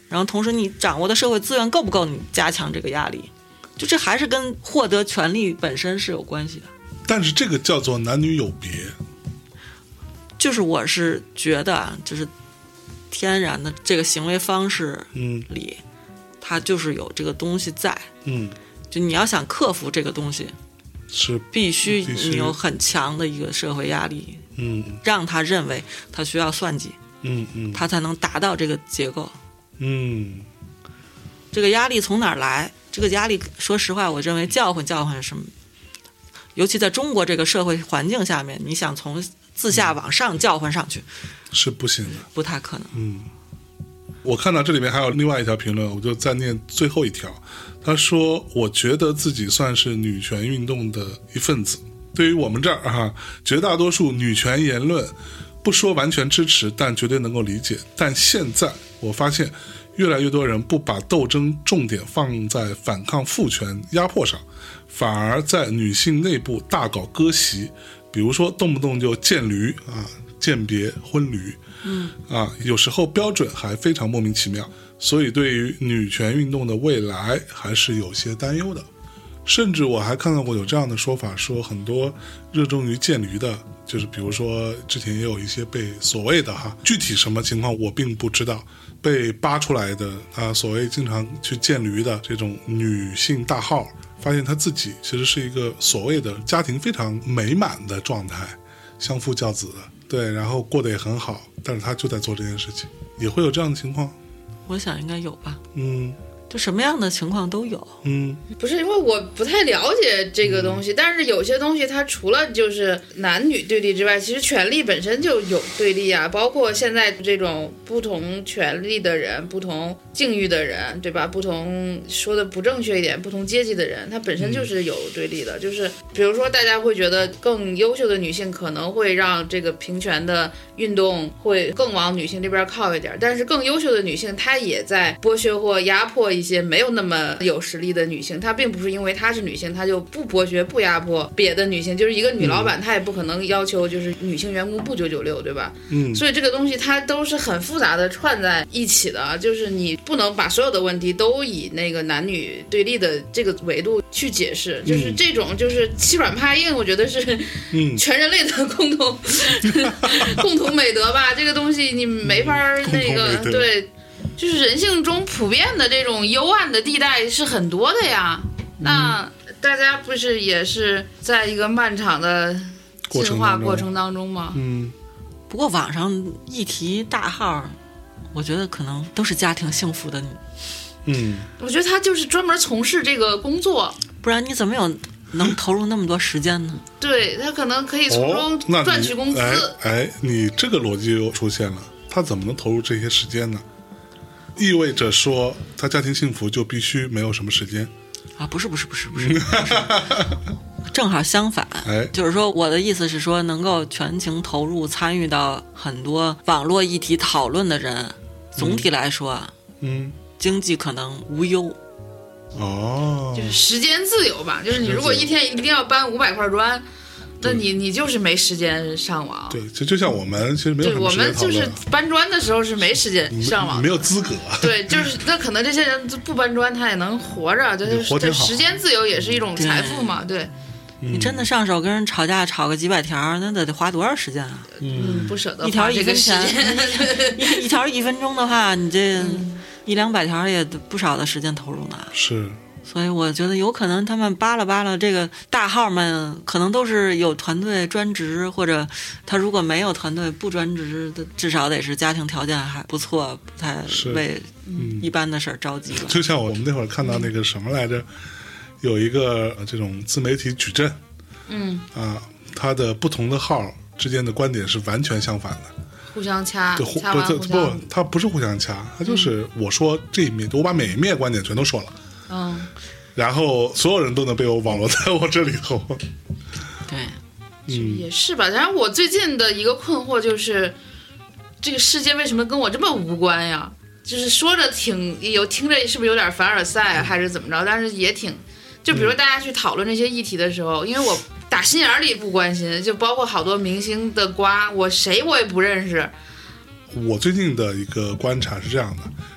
然后同时你掌握的社会资源够不够你加强这个压力，就这还是跟获得权利本身是有关系的。 但是这个叫做男女有别， 就是我是觉得啊，就是天然的这个行为方式里，它就是有这个东西在，就你要想克服这个东西， 是必须你有很强的一个社会压力，让他认为他需要算计，他才能达到这个结构，这个压力从哪儿来？这个压力，说实话，我认为教训什么，尤其在中国这个社会环境下面，你想从自下往上教训上去， 是不行的， 不太可能。 我看到这里面还有另外一条评论，我就再念最后一条。他说：“我觉得自己算是女权运动的一份子。对于我们这儿绝大多数女权言论，不说完全支持，但绝对能够理解。但现在我发现，越来越多人不把斗争重点放在反抗父权压迫上，反而在女性内部大搞割席，比如说动不动就贱驴鉴别婚驴，有时候标准还非常莫名其妙，所以对于女权运动的未来还是有些担忧的。甚至我还看到过有这样的说法，说很多热衷于鉴驴的，就是比如说之前也有一些被所谓的具体什么情况我并不知道，被扒出来的所谓经常去鉴驴的这种女性大号，发现她自己其实是一个所谓的家庭非常美满的状态，相夫教子的，对，然后过得也很好，但是她就在做这件事情。也会有这样的情况？ 我想应该有吧。就什么样的情况都有。 不是因为我不太了解这个东西，但是有些东西它除了就是男女对立之外，其实权力本身就有对立啊，包括现在这种不同权力的人、不同境遇的人，对吧？不同说的不正确一点，不同阶级的人，它本身就是有对立的。就是比如说大家会觉得更优秀的女性可能会让这个平权的运动会更往女性这边靠一点，但是更优秀的女性她也在剥削或压迫一些没有那么有实力的女性，她并不是因为她是女性，她就不剥削不压迫别的女性，就是一个女老板她也不可能要求就是女性员工不996，对吧？所以这个东西它都是很复杂的串在一起的，就是你不能把所有的问题都以那个男女对立的这个维度去解释，就是这种就是欺软怕硬，我觉得是全人类的共同美德吧，这个东西你没法那个对。就是人性中普遍的这种幽暗的地带是很多的呀，那大家不是也是在一个漫长的进化过程当中吗？ 不过网上议题大号，我觉得可能都是家庭幸福的。 我觉得他就是专门从事这个工作， 不然你怎么能投入那么多时间呢？ 对，他可能可以从中赚取工资。 你这个逻辑又出现了，他怎么能投入这些时间呢？意味着说他家庭幸福就必须没有什么时间啊？不是正好相反。就是说我的意思是说，能够全情投入参与到很多网络议题讨论的人，总体来说经济可能无忧。 就是时间自由吧，就是你如果一天一定要搬500块砖，那你就是没时间上网。 对，就像我们其实没有什么时间讨论。 我们就是搬砖的时候是没时间上网， 没有资格。 对，就是那可能这些人不搬砖他也能活着，就是时间自由也是一种财富嘛。对， 你真的上手跟人吵架吵个几百条，那得花多少时间啊？ 不舍得一条 1分钱， 一条1分钟的话，你这100-200条也不少的时间投入呢。 是。 所以我觉得有可能他们扒拉这个大号们，可能都是有团队专职，或者他如果没有团队不专职的，至少得是家庭条件还不错，不太为一般的事儿着急了。 就像我们那会儿看到那个什么来着，有一个这种自媒体矩阵，他的不同的号之间的观点是完全相反的， 互相掐， 不，他不是互相掐，他就是我说这一面，我把每一面观点全都说了。然后所有人都能被我网络在我这里头。 对， 也是吧。然后我最近的一个困惑就是，这个世界为什么跟我这么无关呀？就是说着听着是不是有点凡尔赛还是怎么着？但是也挺，就比如大家去讨论这些议题的时候，因为我打心眼里不关心，就包括好多明星的瓜，谁我也不认识。 我最近的一个观察是这样的。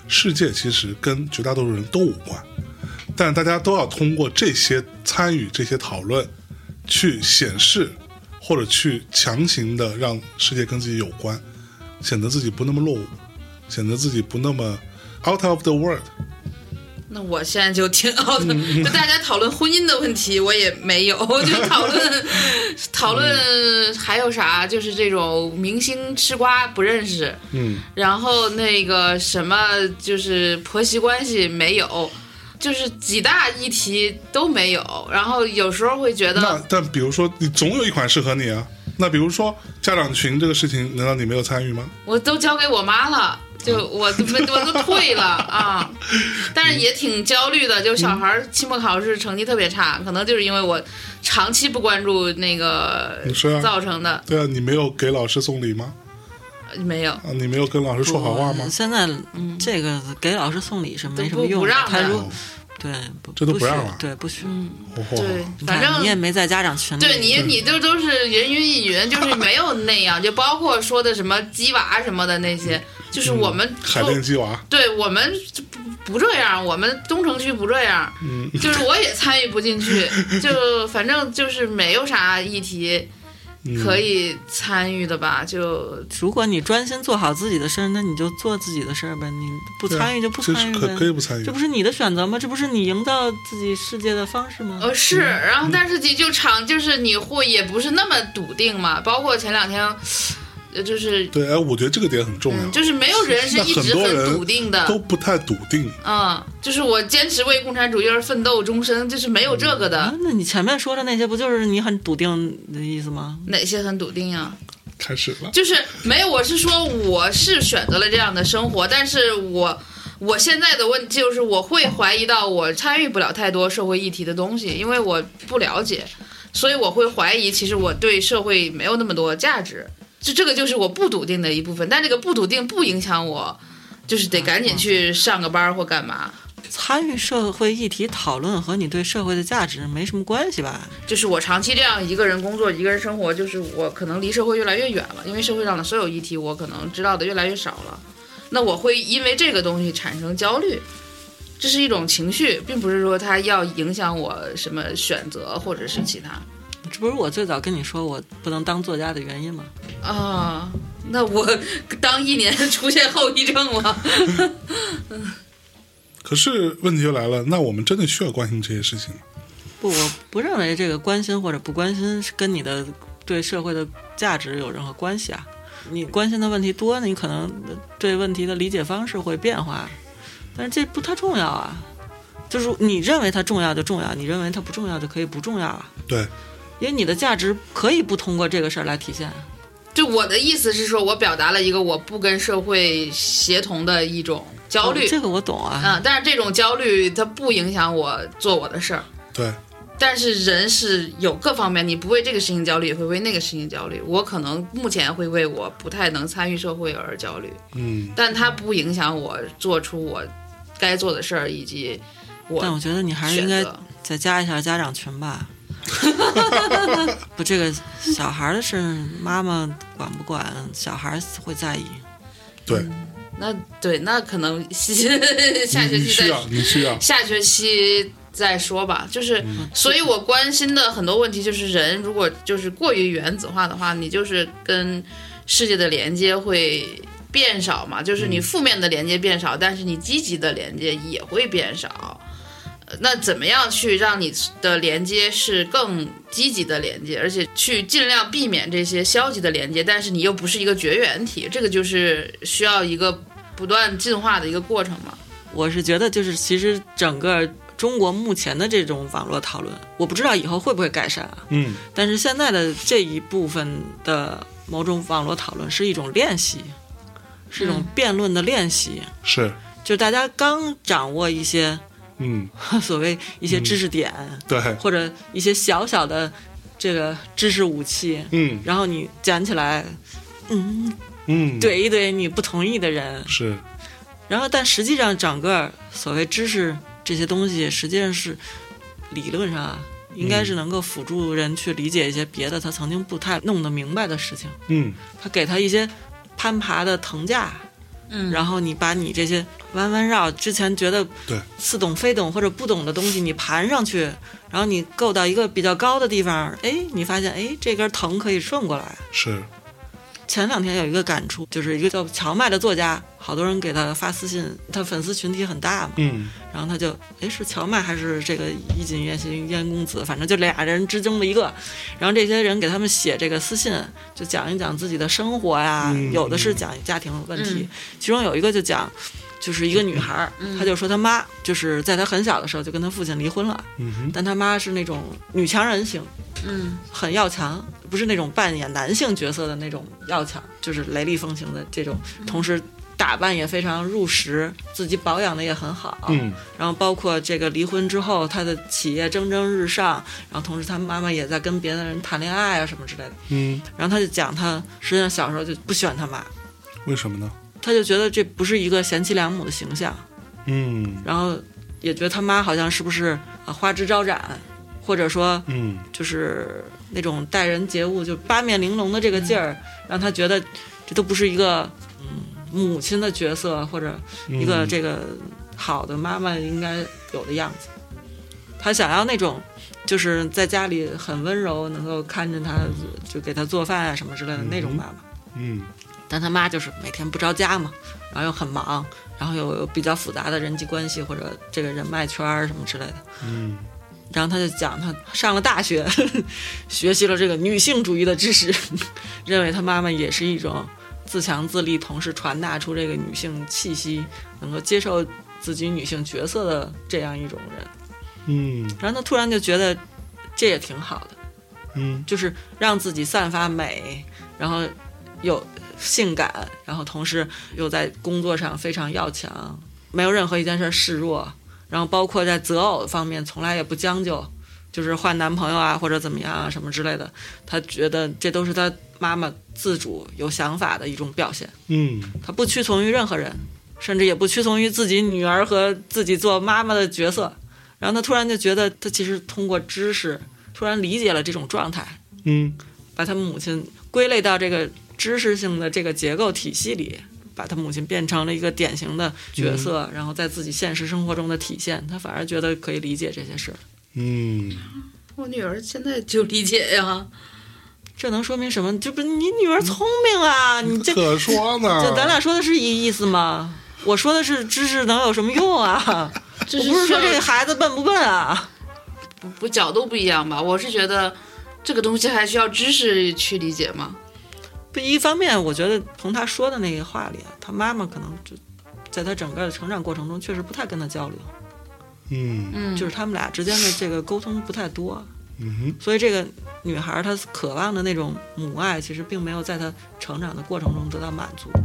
世界其实跟绝大多数人都无关，但大家都要通过这些参与这些讨论去显示或者去强行的让世界跟自己有关，显得自己不那么落伍，显得自己不那么 out of the world。 那我现在就挺 out，就大家讨论婚姻的问题，我也没有，就讨论还有啥，就是这种明星吃瓜不认识，然后那个什么就是婆媳关系没有，就是几大议题都没有，然后有时候会觉得， 但比如说你总有一款适合你啊，那比如说家长群这个事情，难道你没有参与吗？ 我都交给我妈了。就我都退了啊，但是也挺焦虑的。就小孩期末考试成绩特别差，可能就是因为我长期不关注那个造成的。 对啊，你没有给老师送礼吗？ 没有。 你没有跟老师说好话吗？ 现在这个给老师送礼是没什么用的， 不让他对， 这都不让了。 对，不许。 对，反正你也没在家长群里。 对你就都是人云亦云，就是没有那样，就包括说的什么鸡娃什么的那些，就是我们海淀鸡娃。 对，我们不这样，我们东城区不这样，就是我也参与不进去，就反正就是没有啥议题可以参与的吧。就如果你专心做好自己的事儿，那你就做自己的事儿呗，你不参与就不参与呗， 可以不参与， 这不是你的选择吗？这不是你营造自己世界的方式吗？ 是，然后但是就是你会也不是那么笃定嘛，包括前两天。就是对，我觉得这个点很重要， 就是没有人是一直很笃定的， 都不太笃定。 就是我坚持为共产主义而奋斗终身，就是没有这个的。 那你前面说的那些不就是你很笃定的意思吗？ 哪些很笃定呀？ 开始了， 就是没有，我是说我是选择了这样的生活，但是我现在的问题就是我会怀疑到我参与不了太多社会议题的东西，因为我不了解，所以我会怀疑其实我对社会没有那么多价值。这个就是我不笃定的一部分，但这个不笃定不影响我，就是得赶紧去上个班或干嘛。 参与社会议题讨论和你对社会的价值没什么关系吧？ 就是我长期这样一个人工作，一个人生活，就是我可能离社会越来越远了，因为社会上的所有议题我可能知道的越来越少了。那我会因为这个东西产生焦虑，这是一种情绪，并不是说它要影响我什么选择或者是其他。 这不是我最早跟你说我不能当作家的原因吗？ 那我当1年出现后遗症了。 可是问题就来了，那我们真的需要关心这些事情吗？ 不，我不认为这个关心或者不关心是跟你的对社会的价值有任何关系啊。你关心的问题多，你可能对问题的理解方式会变化，但是这不太重要啊。就是你认为它重要就重要，你认为它不重要就可以不重要啊。 对。 因为你的价值可以不通过这个事儿来体现。 就我的意思是说，我表达了一个我不跟社会协同的一种焦虑。 这个我懂啊。 但是这种焦虑它不影响我做我的事儿。 对。 但是人是有各方面，你不为这个事情焦虑，也会为那个事情焦虑。我可能目前会为我不太能参与社会而焦虑。但它不影响我做出我该做的事儿，以及但我觉得你还是应该再加一下家长群吧。不，这个小孩的事妈妈管不管，小孩会在意。 对， 那可能下学期你需要下学期再说吧。就是所以我关心的很多问题就是人如果就是过于原子化的话，你就是跟世界的连接会变少嘛，就是你负面的连接变少，但是你积极的连接也会变少。那怎么样去让你的连接是更积极的连接，而且去尽量避免这些消极的连接，但是你又不是一个绝缘体，这个就是需要一个不断进化的一个过程嘛。 我是觉得就是其实整个中国目前的这种网络讨论，我不知道以后会不会改善啊。但是现在的这一部分的某种网络讨论是一种练习，是一种辩论的练习。 是， 就大家刚掌握一些所谓一些知识点， 对， 或者一些小小的这个知识武器，然后你捡起来，怼一怼你不同意的人， 是， 然后但实际上整个所谓知识这些东西，实际上是理论上应该是能够辅助人去理解一些别的他曾经不太弄得明白的事情，他给他一些攀爬的藤架， 然后你把你这些弯弯绕之前觉得似懂非懂或者不懂的东西你盘上去，然后你够到一个比较高的地方，你发现这根藤可以顺过来。 是。 前2天有一个感触，就是一个叫荞麦的作家，好多人给他发私信，他粉丝群体很大嘛，然后他就是荞麦还是这个衣锦越行燕公子，反正就俩人之中的一个，然后这些人给他们写这个私信，就讲一讲自己的生活呀，有的是讲家庭问题，其中有一个就讲就是一个女孩，她就说她妈就是在她很小的时候就跟她父亲离婚了，但她妈是那种女强人型，很要强，不是那种扮演男性角色的那种要强，就是雷厉风行的这种，同时打扮也非常入时，自己保养的也很好，然后包括这个离婚之后她的企业蒸蒸日上，然后同时她妈妈也在跟别的人谈恋爱啊什么之类的，然后她就讲她实际上小时候就不喜欢她妈。 为什么呢？ 他就觉得这不是一个贤妻良母的形象，然后也觉得他妈好像是不是花枝招展，或者说就是那种待人接物就八面玲珑的这个劲儿，让他觉得这都不是一个母亲的角色，或者一个这个好的妈妈应该有的样子。他想要那种就是在家里很温柔，能够看着他就给他做饭啊什么之类的那种妈妈。但他妈就是每天不着家嘛，然后又很忙，然后又有比较复杂的人际关系或者这个人脉圈什么之类的。然后他就讲他上了大学学习了这个女性主义的知识，认为他妈妈也是一种自强自立，同时传达出这个女性气息，能够接受自己女性角色的这样一种人。然后他突然就觉得这也挺好的，就是让自己散发美，然后有性感，然后同时又在工作上非常要强，没有任何一件事示弱，然后包括在择偶方面从来也不将就，就是换男朋友啊或者怎么样啊什么之类的，他觉得这都是他妈妈自主有想法的一种表现。他不屈从于任何人，甚至也不屈从于自己女儿和自己做妈妈的角色。然后他突然就觉得他其实通过知识突然理解了这种状态，把他母亲归类到这个知识性的这个结构体系里，把他母亲变成了一个典型的角色，然后在自己现实生活中的体现，他反而觉得可以理解这些事。 我女儿现在就理解呀。 这能说明什么？这不你女儿聪明啊，你这可说呢。 这咱俩说的是一个意思吗？我说的是知识能有什么用啊？我不是说这个孩子笨不笨啊？ 不角度不一样吧？我是觉得这个东西还需要知识去理解吗？ 不，一方面我觉得从他说的那个话里，他妈妈可能就在他整个的成长过程中确实不太跟他交流，就是他们俩之间的这个沟通不太多，所以这个女孩她渴望的那种母爱其实并没有在她成长的过程中得到满足。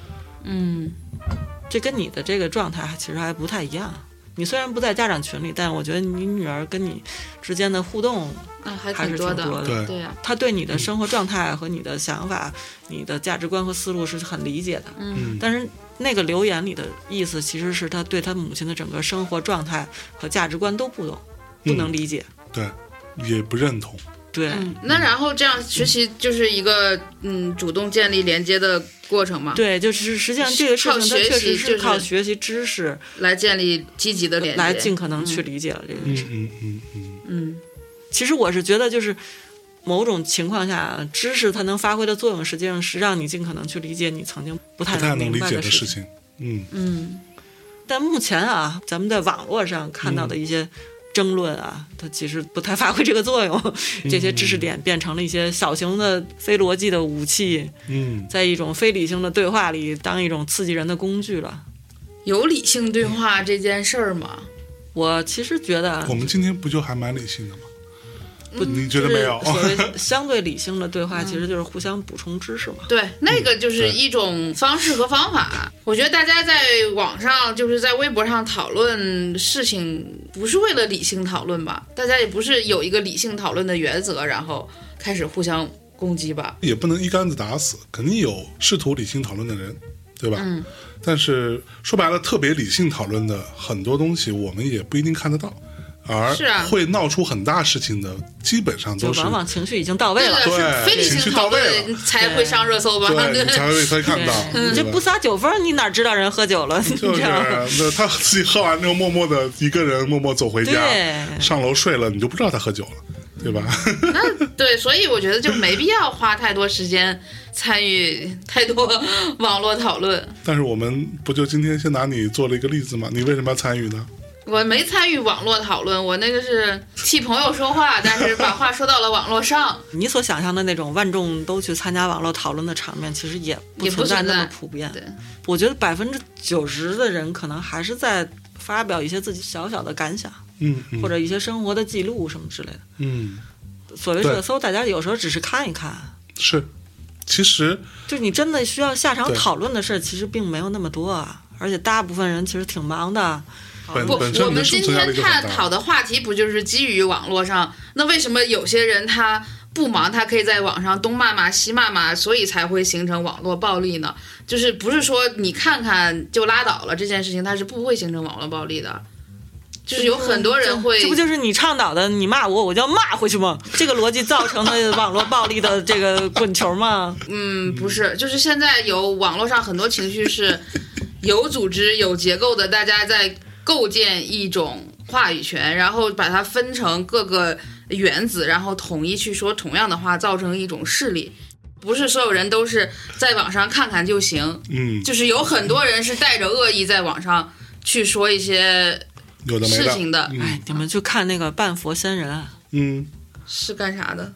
这跟你的这个状态其实还不太一样。你虽然不在家长群里，但我觉得你女儿跟你之间的互动还是挺多的。 对呀， 她对你的生活状态和你的想法、你的价值观和思路是很理解的。但是那个留言里的意思其实是她对她母亲的整个生活状态和价值观都不懂，不能理解。 对，也不认同。 对， 那然后这样学习就是一个主动建立连接的过程嘛？ 对，就是实际上这个事情它确实是靠学习知识来建立积极的连接， 来尽可能去理解了这个事。其实我是觉得就是某种情况下，知识它能发挥的作用，实际上是让你尽可能去理解你曾经不太能明白的事情。但目前啊，咱们在网络上看到的一些争论啊，它其实不太发挥这个作用。这些知识点变成了一些小型的非逻辑的武器，在一种非理性的对话里当一种刺激人的工具了。 有理性对话这件事儿吗？ 我其实觉得我们今天不就还蛮理性的吗？不，你觉得没有？ 所谓相对理性的对话，其实就是互相补充知识嘛。 对，那个就是一种方式和方法。我觉得大家在网上，就是在微博上讨论事情，不是为了理性讨论吧？大家也不是有一个理性讨论的原则，然后开始互相攻击吧？也不能一竿子打死，肯定有试图理性讨论的人，对吧？但是说白了，特别理性讨论的很多东西，我们也不一定看得到。 而会闹出很大事情的，基本上都是往往情绪已经到位了， 对， 非理性讨论才会上热搜吧？ 对，才会看到。 你这不撒酒疯，你哪知道人喝酒了？ 就是那他自己喝完之后，默默的一个人默默走回家，上楼睡了，你就不知道他喝酒了。对吧？ 那对，所以我觉得就没必要花太多时间参与太多网络讨论。 但是我们不就今天先拿你做了一个例子吗？你为什么要参与呢？ 我没参与网络讨论，我那个是替朋友说话，但是把话说到了网络上。 你所想象的那种万众都去参加网络讨论的场面，其实也不存在那么普遍。 对， 我觉得90%的人可能还是在发表一些自己小小的感想。或者一些生活的记录什么之类的。所谓热搜，大家有时候只是看一看。 是，其实就你真的需要下场讨论的事，其实并没有那么多啊，而且大部分人其实挺忙的。 不，我们今天探讨的话题不就是基于网络上？那为什么有些人他不忙，他可以在网上东骂骂西骂骂，所以才会形成网络暴力呢？就是不是说你看看就拉倒了，这件事情它是不会形成网络暴力的。就是有很多人会， 这不就是你倡导的，你骂我，我就要骂回去吗？这个逻辑造成的网络暴力的这个滚球吗？ 不是，就是现在有网络上很多情绪是有组织、有结构的，大家在构建一种话语权，然后把它分成各个原子，然后统一去说同样的话，造成一种势力。不是所有人都是在网上看看就行，就是有很多人是带着恶意在网上去说一些有的没的事情的。 你们去看那个半佛仙人， 是干啥的？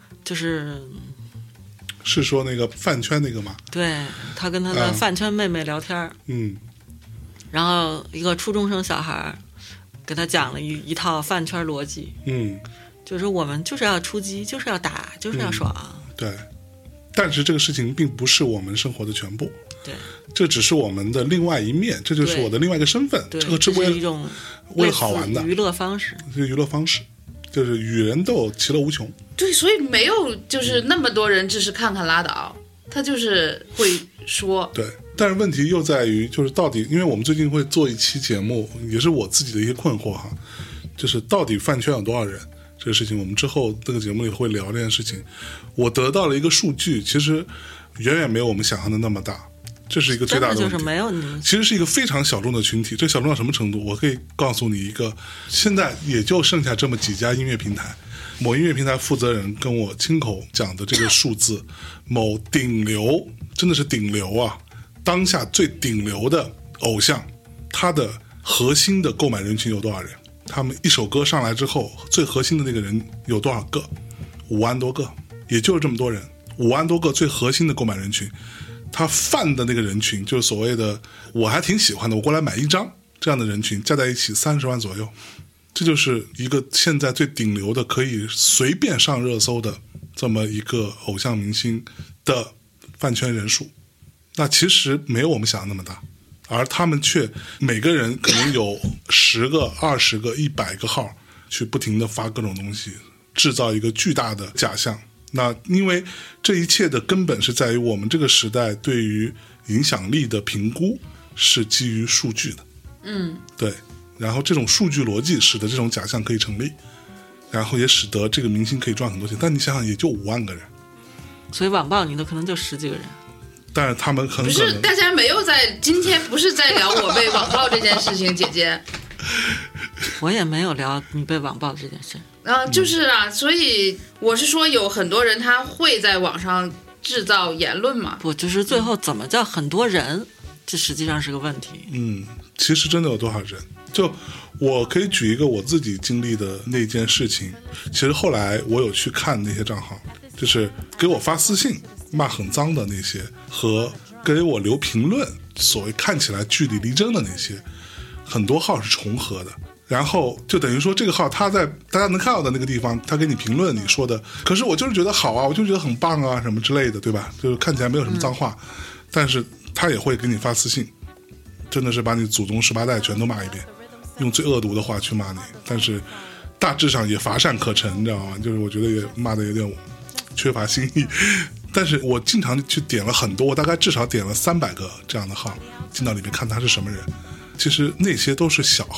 是说那个饭圈那个吗？ 对，他跟他的饭圈妹妹聊天，然后一个初中生小孩给他讲了一套饭圈逻辑，就是我们就是要出击，就是要打，就是要爽， 对。但是这个事情并不是我们生活的全部， 对， 这只是我们的另外一面，这就是我的另外一个身份。这个是一种为了好玩的娱乐方式， 娱乐方式就是与人斗其乐无穷。 对，所以没有就是那么多人只是看看拉倒，他就是会说。 对，但是问题又在于就是到底，因为我们最近会做一期节目，也是我自己的一些困惑哈，就是到底饭圈有多少人？这个事情我们之后这个节目里会聊这件事情。我得到了一个数据，其实远远没有我们想象的那么大，这是一个最大的问题。 真的就是没有你， 其实是一个非常小众的群体。这小众到什么程度？我可以告诉你一个，现在也就剩下这么几家音乐平台。某音乐平台负责人跟我亲口讲的这个数字，某顶流，真的是顶流啊，当下最顶流的偶像，他的核心的购买人群有多少人？他们一首歌上来之后，最核心的那个人有多少个？5万多个，也就是这么多人，5万多个最核心的购买人群。他泛的那个人群，就是所谓的我还挺喜欢的，我过来买一张这样的人群，加在一起30万左右。这就是一个现在最顶流的，可以随便上热搜的这么一个偶像明星的饭圈人数。那其实没有我们想的那么大。而他们却每个人可能有10个、20个、100个号，去不停的发各种东西，制造一个巨大的假象。那因为这一切的根本是在于我们这个时代对于影响力的评估是基于数据的，对。然后这种数据逻辑使得这种假象可以成立，然后也使得这个明星可以赚很多钱。但你想想，也就5万个人， 所以网暴你的可能就10几个人。 但是他们很可能不是，大家没有在今天不是在聊我被网暴这件事情，姐姐， 我也没有聊你被网暴这件事。 就是啊，所以我是说，有很多人他会在网上制造言论嘛。 不，就是最后怎么叫很多人，这实际上是个问题。 其实真的有多少人？就我可以举一个我自己经历的那件事情。其实后来我有去看那些账号，就是给我发私信骂很脏的那些，和给我留评论所谓看起来据理力争的那些，很多号是重合的。然后就等于说这个号他在大家能看到的那个地方，他给你评论你说的，可是我就是觉得好啊，我就觉得很棒啊什么之类的，对吧？就是看起来没有什么脏话，但是他也会给你发私信，真的是把你祖宗18代全都骂一遍，用最恶毒的话去骂你，但是大致上也乏善可陈，你知道吗？就是我觉得也骂的有点缺乏新意。但是我经常去点了很多，我大概至少点了300个这样的号，进到里面看他是什么人。其实那些都是小号，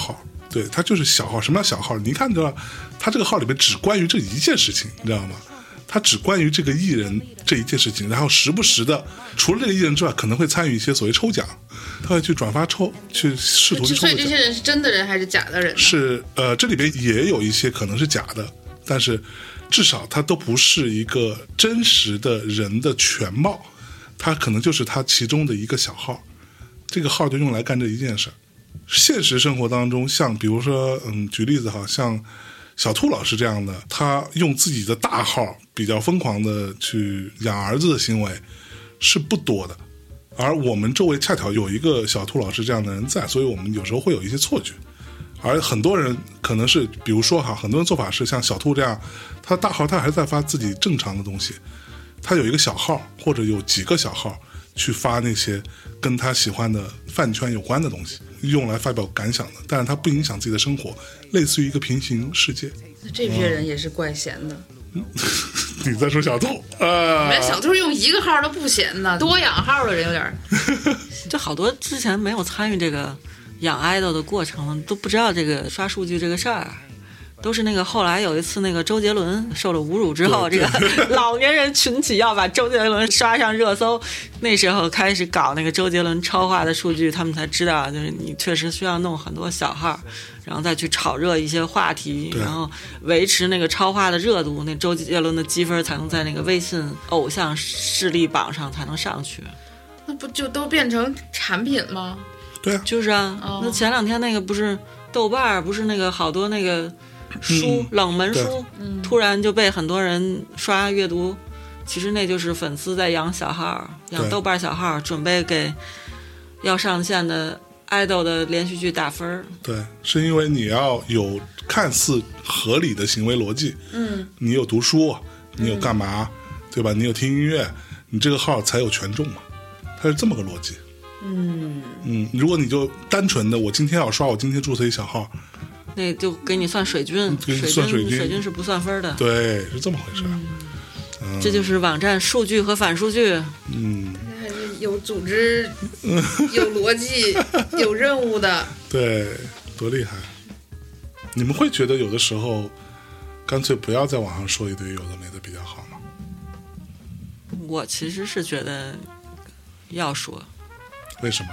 对，他就是小号。什么叫小号？你看知道，他这个号里面只关于这一件事情，你知道吗？他只关于这个艺人这一件事情，然后时不时的除了这个艺人之外，可能会参与一些所谓抽奖，他会去转发去试图去抽奖。 所以这些人是真的人还是假的人呢？ 是这里边也有一些可能是假的，但是至少他都不是一个真实的人的全貌，他可能就是他其中的一个小号，这个号就用来干这一件事。现实生活当中，像比如说举例子哈，像小兔老师这样的，他用自己的大号比较疯狂的去养儿子的行为是不多的，而我们周围恰巧有一个小兔老师这样的人在，所以我们有时候会有一些错觉。而很多人可能是比如说哈，很多人做法是像小兔这样，他大号他还在发自己正常的东西，他有一个小号或者有几个小号去发那些跟他喜欢的饭圈有关的东西，用来发表感想的，但是他不影响自己的生活，类似于一个平行世界。 那这批人也是怪闲的。 你在说小兔人小兔用一个号都不闲呢，多养号的人有点这好多之前没有参与这个养idol的过程都不知道这个刷数据这个事儿，都是那个后来有一次那个周杰伦受了侮辱之后，这个老年人群起要把周杰伦刷上热搜，那时候开始搞那个周杰伦超话的数据，他们才知道就是你确实需要弄很多小号，然后再去炒热一些话题，然后维持那个超话的热度，那周杰伦的积分才能在那个微信偶像势力榜上才能上去。 那不就都变成产品吗？ 对啊， 就是啊，那前两天那个不是豆瓣不是那个好多那个书冷门书突然就被很多人刷阅读，其实那就是粉丝在养小号，养豆瓣小号，准备给要上线的idol的连续剧打分。 对，是因为你要有看似合理的行为逻辑，你有读书，你有干嘛，对吧？你有听音乐，你这个号才有权重嘛，它是这么个逻辑。如果你就单纯的我今天要刷，我今天注册一小号， 那就给你算水军，水军是不算分的。 对，是这么回事。 这就是网站数据和反数据。 还是有组织、有逻辑、有任务的。 对，多厉害！你们会觉得有的时候，干脆不要在网上说一堆有的没的比较好吗？ 我其实是觉得要说。 为什么？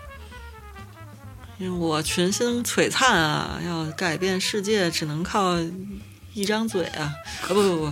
因为我群星璀璨啊，要改变世界只能靠一张嘴啊！不，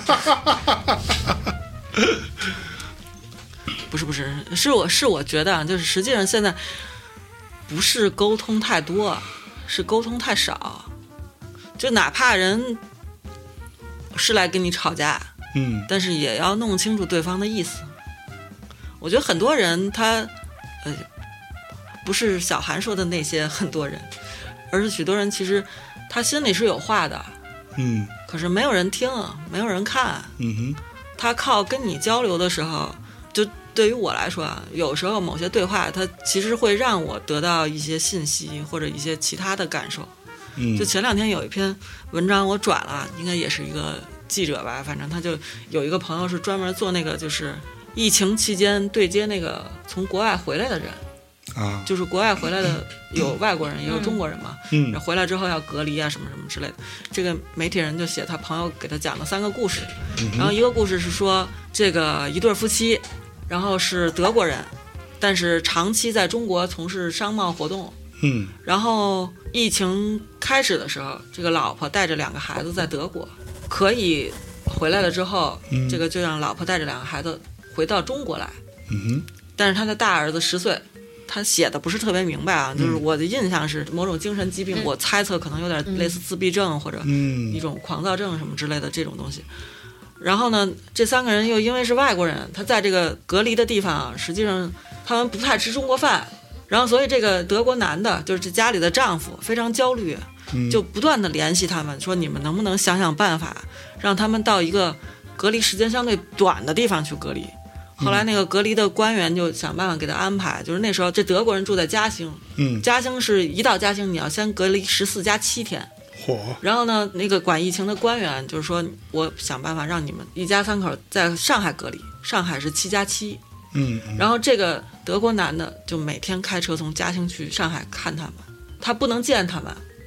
不是，是我觉得啊，就是实际上现在不是沟通太多，是沟通太少。就哪怕人是来跟你吵架，但是也要弄清楚对方的意思。我觉得很多人他不是小韩说的那些很多人，而是许多人其实他心里是有话的，可是没有人听，没有人看，他靠跟你交流的时候，就对于我来说啊，有时候某些对话，它其实会让我得到一些信息或者一些其他的感受。就前两天有一篇文章我转了，应该也是一个记者吧，反正他就有一个朋友是专门做那个就是疫情期间对接那个从国外回来的人。就是国外回来的有外国人也有中国人嘛，回来之后要隔离啊什么什么之类的。这个媒体人就写他朋友给他讲了3个故事，然后一个故事是说这个一对夫妻，然后是德国人，但是长期在中国从事商贸活动，然后疫情开始的时候，这个老婆带着2个孩子在德国，可以回来了之后，这个就让老婆带着2个孩子回到中国来，但是他的大儿子10岁。他写的不是特别明白啊，就是我的印象是某种精神疾病，我猜测可能有点类似自闭症或者一种狂躁症什么之类的这种东西。然后呢，这3个人又因为是外国人，他在这个隔离的地方啊，实际上他们不太吃中国饭，然后所以这个德国男的，就是这家里的丈夫非常焦虑，就不断的联系他们，说你们能不能想想办法，让他们到一个隔离时间相对短的地方去隔离。后来那个隔离的官员就想办法给他安排，就是那时候这德国人住在嘉兴，嘉兴是一到嘉兴你要先隔离14加7天，然后呢那个管疫情的官员就是说我想办法让你们一家3口在上海隔离，上海是7加7，然后这个德国男的就每天开车从嘉兴去上海看他们，他不能见他们，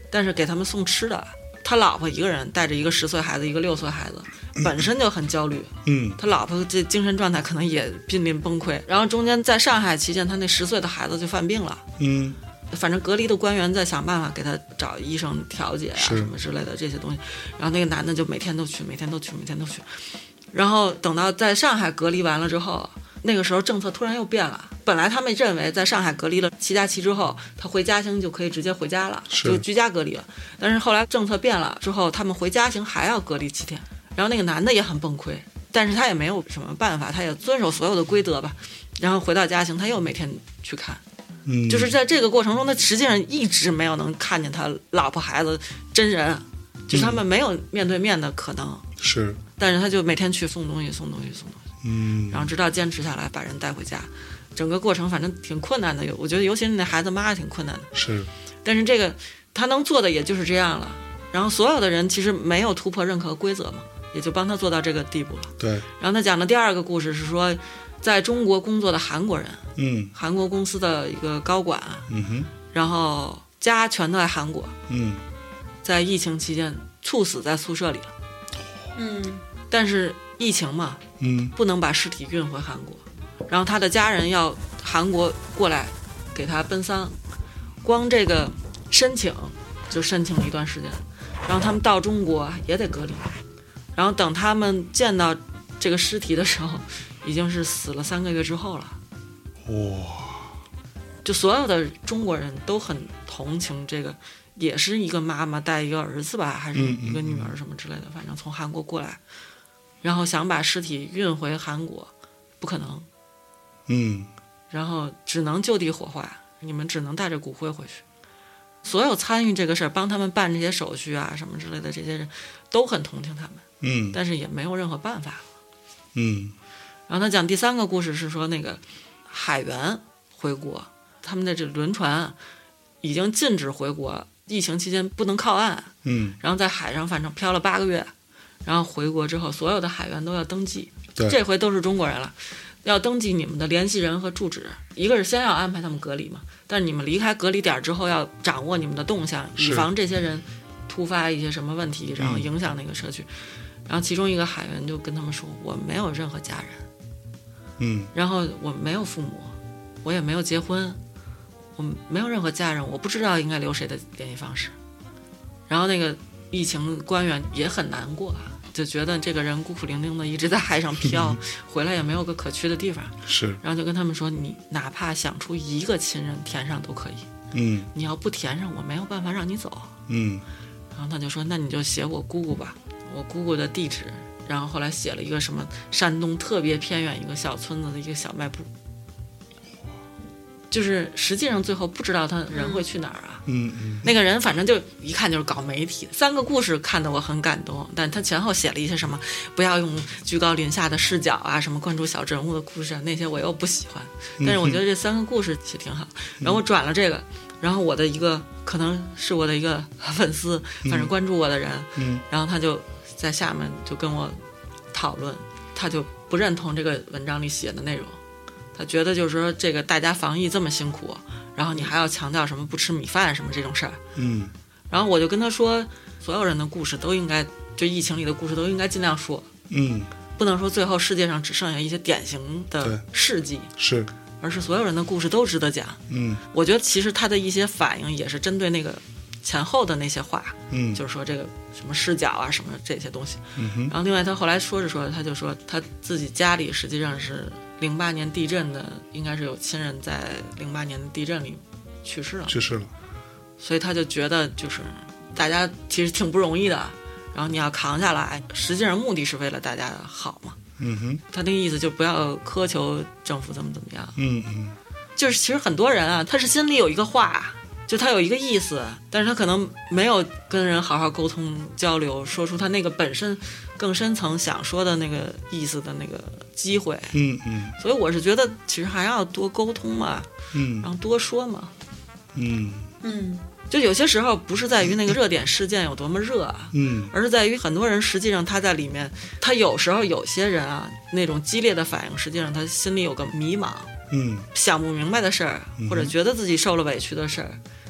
但是给他们送吃的。他老婆一个人带着一个10岁孩子，一个6岁孩子，本身就很焦虑。他老婆这精神状态可能也濒临崩溃。然后中间在上海期间，他那10岁的孩子就犯病了。反正隔离的官员在想办法给他找医生调解啊什么之类的这些东西。然后那个男的就每天都去。然后等到在上海隔离完了之后，那个时候政策突然又变了。本来他们认为在上海隔离了7+7之后，他回家乡就可以直接回家了，就居家隔离了。但是后来政策变了之后，他们回家乡还要隔离7天。然后那个男的也很崩溃，但是他也没有什么办法，他也遵守所有的规则吧。然后回到家乡，他又每天去看。就是在这个过程中，他实际上一直没有能看见他老婆孩子真人，就是他们没有面对面的可能。 是， 但是他就每天去送东西。然后直到坚持下来，把人带回家。整个过程反正挺困难的，我觉得尤其是那孩子妈挺困难的。 是， 但是这个他能做的也就是这样了。然后所有的人其实没有突破任何规则嘛，也就帮他做到这个地步了。 对。 然后他讲的第二个故事是说，在中国工作的韩国人，韩国公司的一个高管，然后家全都在韩国，在疫情期间猝死在宿舍里了。但是疫情嘛，不能把尸体运回韩国。然后他的家人要韩国过来给他奔丧，光这个申请就申请了一段时间，然后他们到中国也得隔离，然后等他们见到这个尸体的时候，已经是死了3个月之后了。就所有的中国人都很同情这个，也是一个妈妈带一个儿子吧，还是一个女儿什么之类的，反正从韩国过来，然后想把尸体运回韩国，不可能。然后只能就地火化，你们只能带着骨灰回去。所有参与这个事儿帮他们办这些手续啊什么之类的这些人都很同情他们，但是也没有任何办法。然后他讲第3个故事是说，那个海员回国，他们的这轮船已经禁止回国，疫情期间不能靠岸，然后在海上反正漂了8个月，然后回国之后，所有的海员都要登记，这回都是中国人了。要登记你们的联系人和住址，一个是先要安排他们隔离嘛，但是你们离开隔离点之后要掌握你们的动向，以防这些人突发一些什么问题，然后影响那个社区。然后其中一个海员就跟他们说，我没有任何家人，然后我没有父母，我也没有结婚，我没有任何家人，我不知道应该留谁的联系方式。然后那个疫情官员也很难过啊，就觉得这个人孤苦伶仃的一直在海上漂，回来也没有个可去的地方。 是， 然后就跟他们说，你哪怕想出一个亲人填上都可以，你要不填上，我没有办法让你走。然后他就说，那你就写我姑姑吧，我姑姑的地址。然后后来写了一个什么山东特别偏远一个小村子的一个小卖部，就是实际上最后不知道他人会去哪儿啊。那个人反正就一看就是搞媒体。3个故事看得我很感动，但他前后写了一些什么不要用居高临下的视角啊，什么关注小人物的故事啊，那些我又不喜欢。但是我觉得这3个故事写挺好。然后我转了这个，然后我的一个可能是我的一个粉丝，反正关注我的人，然后他就在下面就跟我讨论，他就不认同这个文章里写的内容。他觉得就是说，这个大家防疫这么辛苦，然后你还要强调什么不吃米饭什么这种事儿，然后我就跟他说，所有人的故事都应该，就疫情里的故事都应该尽量说，不能说最后世界上只剩下一些典型的事迹， 是， 而是所有人的故事都值得讲。我觉得其实他的一些反应也是针对那个前后的那些话，就是说这个什么视角啊什么这些东西。然后另外他后来说着说着，他就说他自己家里实际上是08年地震的，应该是有亲人在08年的地震里去世了，所以他就觉得就是大家其实挺不容易的，然后你要扛下来，实际上目的是为了大家的好嘛。他那个意思就不要苛求政府怎么样。就是其实很多人啊，他是心里有一个话，就他有一个意思，但是他可能没有跟人好好沟通交流，说出他那个本身更深层想说的那个意思的那个机会。所以我是觉得其实还要多沟通嘛，然后多说嘛。就有些时候不是在于那个热点事件有多么热啊，而是在于很多人实际上他在里面，他有时候有些人啊那种激烈的反应，实际上他心里有个迷茫，想不明白的事儿，或者觉得自己受了委屈的事儿，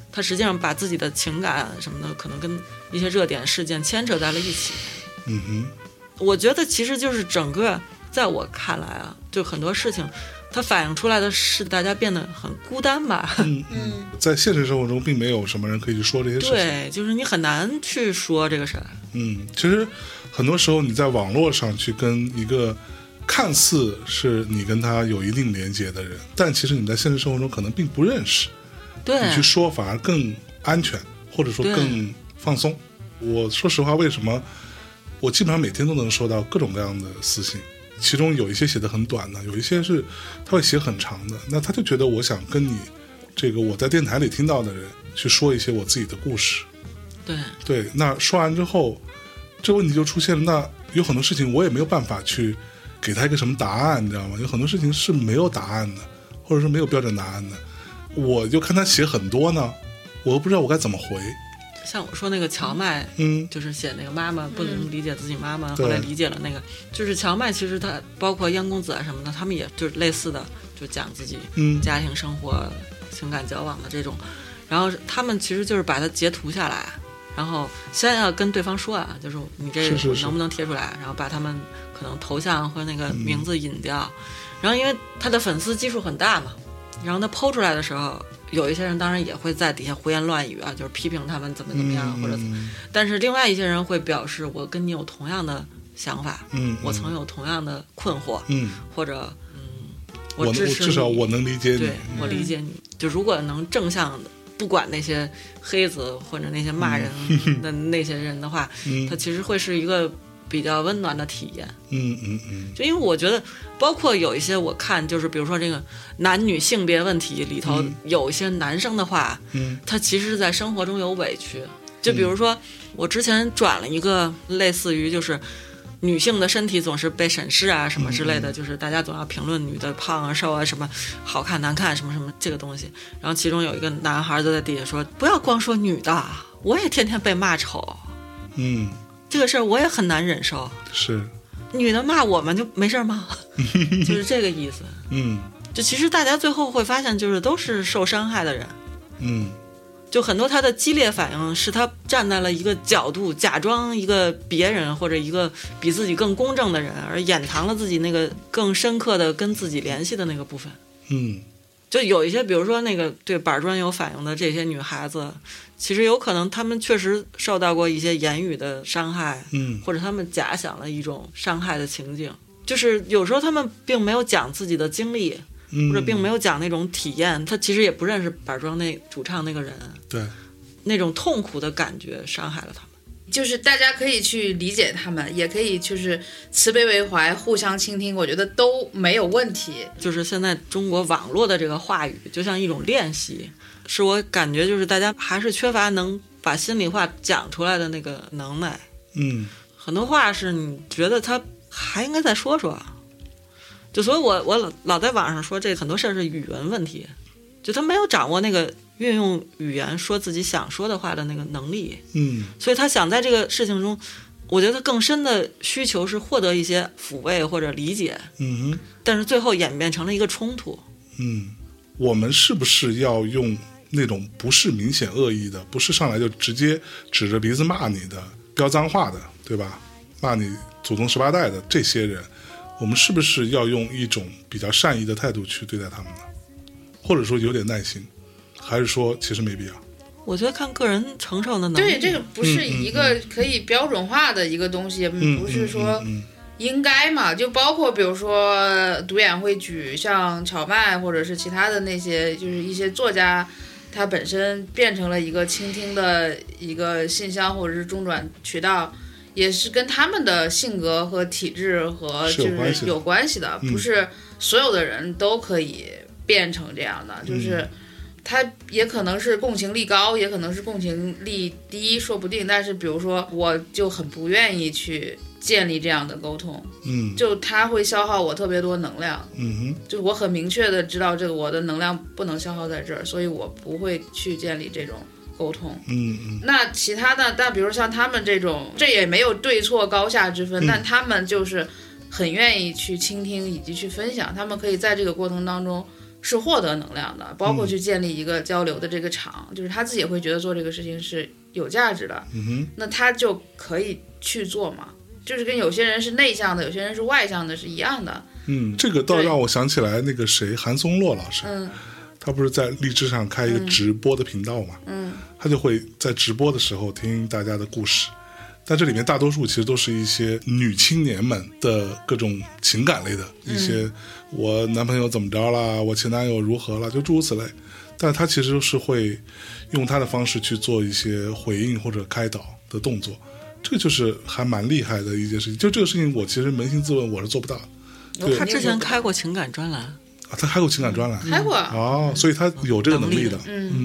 他实际上把自己的情感什么的可能跟一些热点事件牵扯在了一起。我觉得其实就是整个在我看来啊，就很多事情它反映出来的是大家变得很孤单吧。 在现实生活中并没有什么人可以去说这些事情。 对，就是你很难去说这个事儿。 其实很多时候你在网络上去跟一个看似是你跟他有一定连接的人，但其实你在现实生活中可能并不认识。 对， 你去说反而更安全，或者说更放松。我说实话，为什么我基本上每天都能收到各种各样的私信，其中有一些写的很短的，有一些是他会写很长的，那他就觉得我想跟你这个我在电台里听到的人去说一些我自己的故事。对，那说完之后这个问题就出现了，那有很多事情我也没有办法去给他一个什么答案，你知道吗？有很多事情是没有答案的，或者说没有标准答案的，我就看他写很多呢，我又不知道我该怎么回。 像我说那个荞麦，就是写那个妈妈不能理解自己妈妈，后来理解了那个，就是荞麦其实他包括央公子啊什么的，他们也就是类似的，就讲自己家庭生活、情感交往的这种，然后他们其实就是把它截图下来，然后先要跟对方说啊，就是你这能不能贴出来，然后把他们可能头像和那个名字隐掉，然后因为他的粉丝基数很大嘛，然后他抛出来的时候，有一些人当然也会在底下胡言乱语啊，就是批评他们怎么样，或者但是另外一些人会表示我跟你有同样的想法，我曾有同样的困惑，或者我支持你， 至少我能理解你， 对，我理解你。就如果能正向的，不管那些黑子或者那些骂人的那些人的话，他其实会是一个比较温暖的体验。就因为我觉得包括有一些我看就是比如说这个男女性别问题里头，有一些男生的话，他其实在生活中有委屈。就比如说我之前转了一个类似于就是女性的身体总是被审视啊什么之类的，就是大家总要评论女的胖啊瘦啊什么好看难看什么什么这个东西，然后其中有一个男孩就在底下说，不要光说女的，我也天天被骂丑，这个事儿我也很难忍受。 是女的骂我们就没事吗？就是这个意思。就其实大家最后会发现就是都是受伤害的人。就很多他的激烈反应是他站在了一个角度，假装一个别人或者一个比自己更公正的人，而掩藏了自己那个更深刻的跟自己联系的那个部分。就有一些比如说那个对板砖有反应的这些女孩子，其实有可能她们确实受到过一些言语的伤害，或者她们假想了一种伤害的情境，就是有时候她们并没有讲自己的经历，或者并没有讲那种体验，他其实也不认识板砖那主唱那个人， 对， 那种痛苦的感觉伤害了他们。 就是大家可以去理解他们，也可以就是慈悲为怀，互相倾听，我觉得都没有问题。 就是现在中国网络的这个话语就像一种练习，是我感觉就是大家还是缺乏能把心里话讲出来的那个能耐。很多话是你觉得他还应该再说说，就所以我老在网上说这很多事儿是语文问题，就他没有掌握那个运用语言说自己想说的话的那个能力。所以他想在这个事情中，我觉得更深的需求是获得一些抚慰或者理解。但是最后演变成了一个冲突。 我们是不是要用那种不是明显恶意的，不是上来就直接指着鼻子骂你的，飙脏话的，对吧？骂你祖宗18代的这些人，我们是不是要用一种比较善意的态度去对待他们呢？或者说有点耐心，还是说其实没必要？ 我觉得看个人承受的能力。 对，这个不是一个可以标准化的一个东西，不是说应该嘛。就包括比如说独眼会举像荞麦或者是其他的那些，就是一些作家，他本身变成了一个倾听的一个信箱或者是中转渠道，也是跟他们的性格和体质和就是有关系的，不是所有的人都可以变成这样的，就是他也可能是共情力高，也可能是共情力低，说不定。但是比如说我就很不愿意去建立这样的沟通，就它会消耗我特别多能量，就我很明确的知道这个我的能量不能消耗在这儿，所以我不会去建立这种沟通。那其他的，但比如像他们这种，这也没有对错高下之分，但他们就是很愿意去倾听以及去分享，他们可以在这个过程当中是获得能量的，包括去建立一个交流的这个场，就是他自己也会觉得做这个事情是有价值的，那他就可以去做嘛，就是跟有些人是内向的，有些人是外向的是一样的。 这个倒让我想起来那个谁，韩松洛老师，他不是在荔枝上开一个直播的频道嘛，他就会在直播的时候听大家的故事，但这里面大多数其实都是一些女青年们的各种情感类的一些，我男朋友怎么着啦，我前男友如何啦，就诸如此类。但他其实是会用他的方式去做一些回应或者开导的动作，这个就是还蛮厉害的一件事情。就这个事情我其实扪心自问我是做不到的。 他之前开过情感专栏啊，他开过情感专栏， 开过哦，所以他有这个能力的。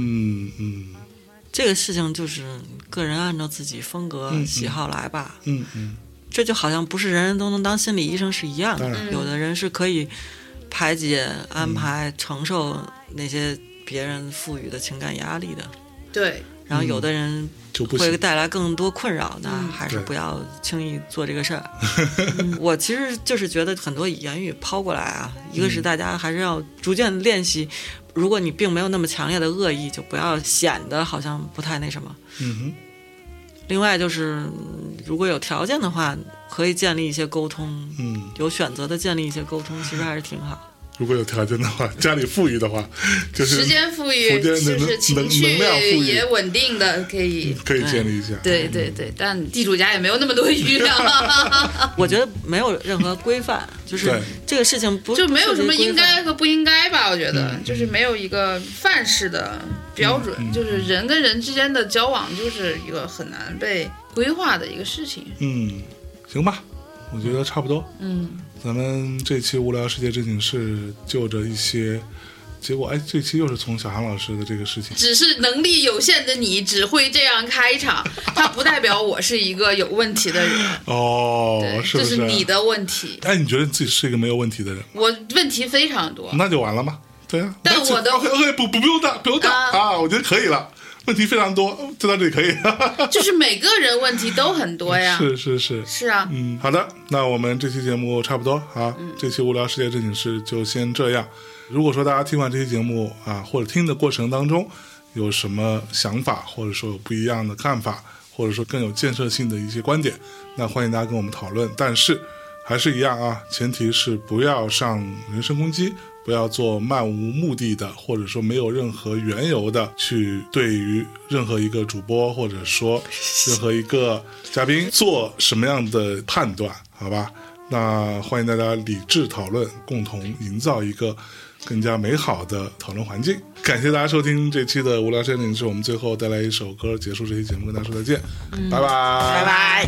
这个事情就是个人按照自己风格喜好来吧。这就好像不是人人都能当心理医生是一样的。有的人是可以排解、安排、承受那些别人赋予的情感压力的。 对。 然后有的人会带来更多困扰，那还是不要轻易做这个事儿。我其实就是觉得很多言语抛过来啊，一个是大家还是要逐渐练习，如果你并没有那么强烈的恶意，就不要显得好像不太那什么。另外就是如果有条件的话，可以建立一些沟通，有选择的建立一些沟通，其实还是挺好。 如果有条件的话，家里富裕的话，就是时间富裕，就是情绪也稳定的，可以建立一下。 对，但地主家也没有那么多余量。 我觉得没有任何规范，就是这个事情就没有什么应该和不应该吧。我觉得就是没有一个范式的标准，就是人跟人之间的交往就是一个很难被规划的一个事情。 行吧，我觉得差不多。咱们这期无聊世界正经事就着一些结果，这期又是从小韩老师的这个事情。 只是能力有限的你只会这样开场，它不代表我是一个有问题的人。是不是？这是你的问题。 你觉得自己是一个没有问题的人？ 我问题非常多。 那就完了吗？对啊。 但我的不用打，我觉得可以了。问题非常多，就到这里可以。 就是每个人问题都很多呀。是啊。 好的，那我们这期节目差不多啊。这期无聊世界正经事就先这样。如果说大家听完这期节目啊，或者听的过程当中有什么想法，或者说有不一样的看法，或者说更有建设性的一些观点，那欢迎大家跟我们讨论。但是还是一样啊，前提是不要上人身攻击，不要做漫无目的的，或者说没有任何缘由的去对于任何一个主播或者说任何一个嘉宾做什么样的判断，好吧？那欢迎大家理智讨论，共同营造一个更加美好的讨论环境。感谢大家收听这期的无聊森林，是我们最后带来一首歌结束这期节目，跟大家说再见，拜拜， 拜拜。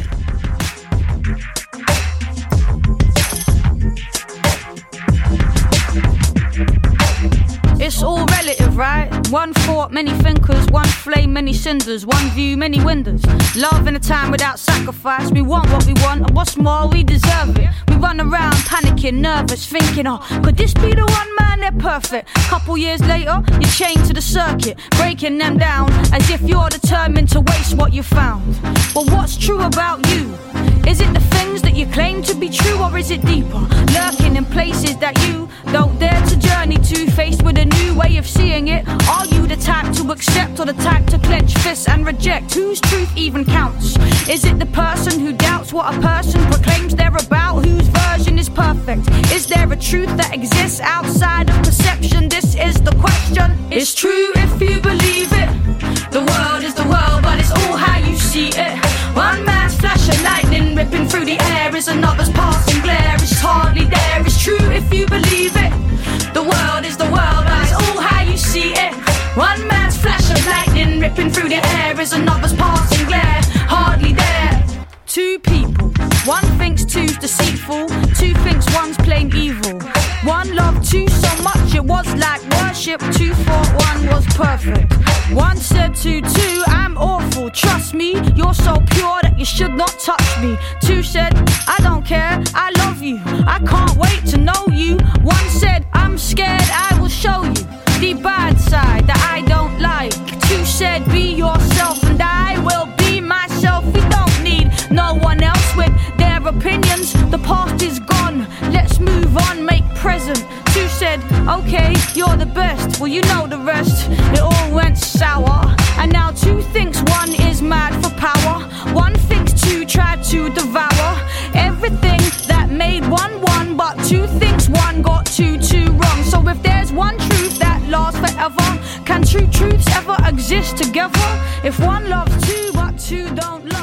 It's all relative, right? One thought, many thinkers. One flame, many cinders. One view, many windows. Love in a time without sacrifice. We want what we want, and what's more, we deserve it. We run around panicking, nervous, thinking, could this be the one, man? They're perfect. Couple years later, you're chained to the circuit, breaking them down as if you're determined to waste what you found. But what's true about you? Is it the things that you claim to be true, or is it deeper, lurking in places that you don't dare to journey to? Faced with a new way of seeing it, are you the type to accept or the type to clench fists and reject? Whose truth even counts? Is it the person who doubts what a person proclaims they're about? Whose version is perfect? Is there a truth that exists outside of perception? This is the question. It's true if you believe it. The world is the world, but it's all how you see it. One man's flash of lightning ripping through the air is another's passing glare. It's hardly there. It's true if you believe it. The world is the world, but it's all how you see it. One man's flash of lightning ripping through the air is another's passing glare. Hardly there. Two people, one thinks two's deceitful, two thinks one's plain evil. One loved two so much it was like worship, two thought one was perfect. One said to two, I'm awful, trust me, you're so pure that you should not touch me. Two said, I don't care, I love you, I can't wait to know you. One said, I'm scared, I will show you the bad side that I don't like. Two said, be yourself and I will be myself. We don't need no one else with their opinions. The past is gone, let's move on, make present. Two said, okay, you're the the best, well you know the rest. It all went sour, and now two thinks one is mad for power. One thinks two tried to devour everything that made one one, but two thinks one got two wrong. So if there's one truth that lasts forever, can two truths ever exist together? If one loves two but two don't love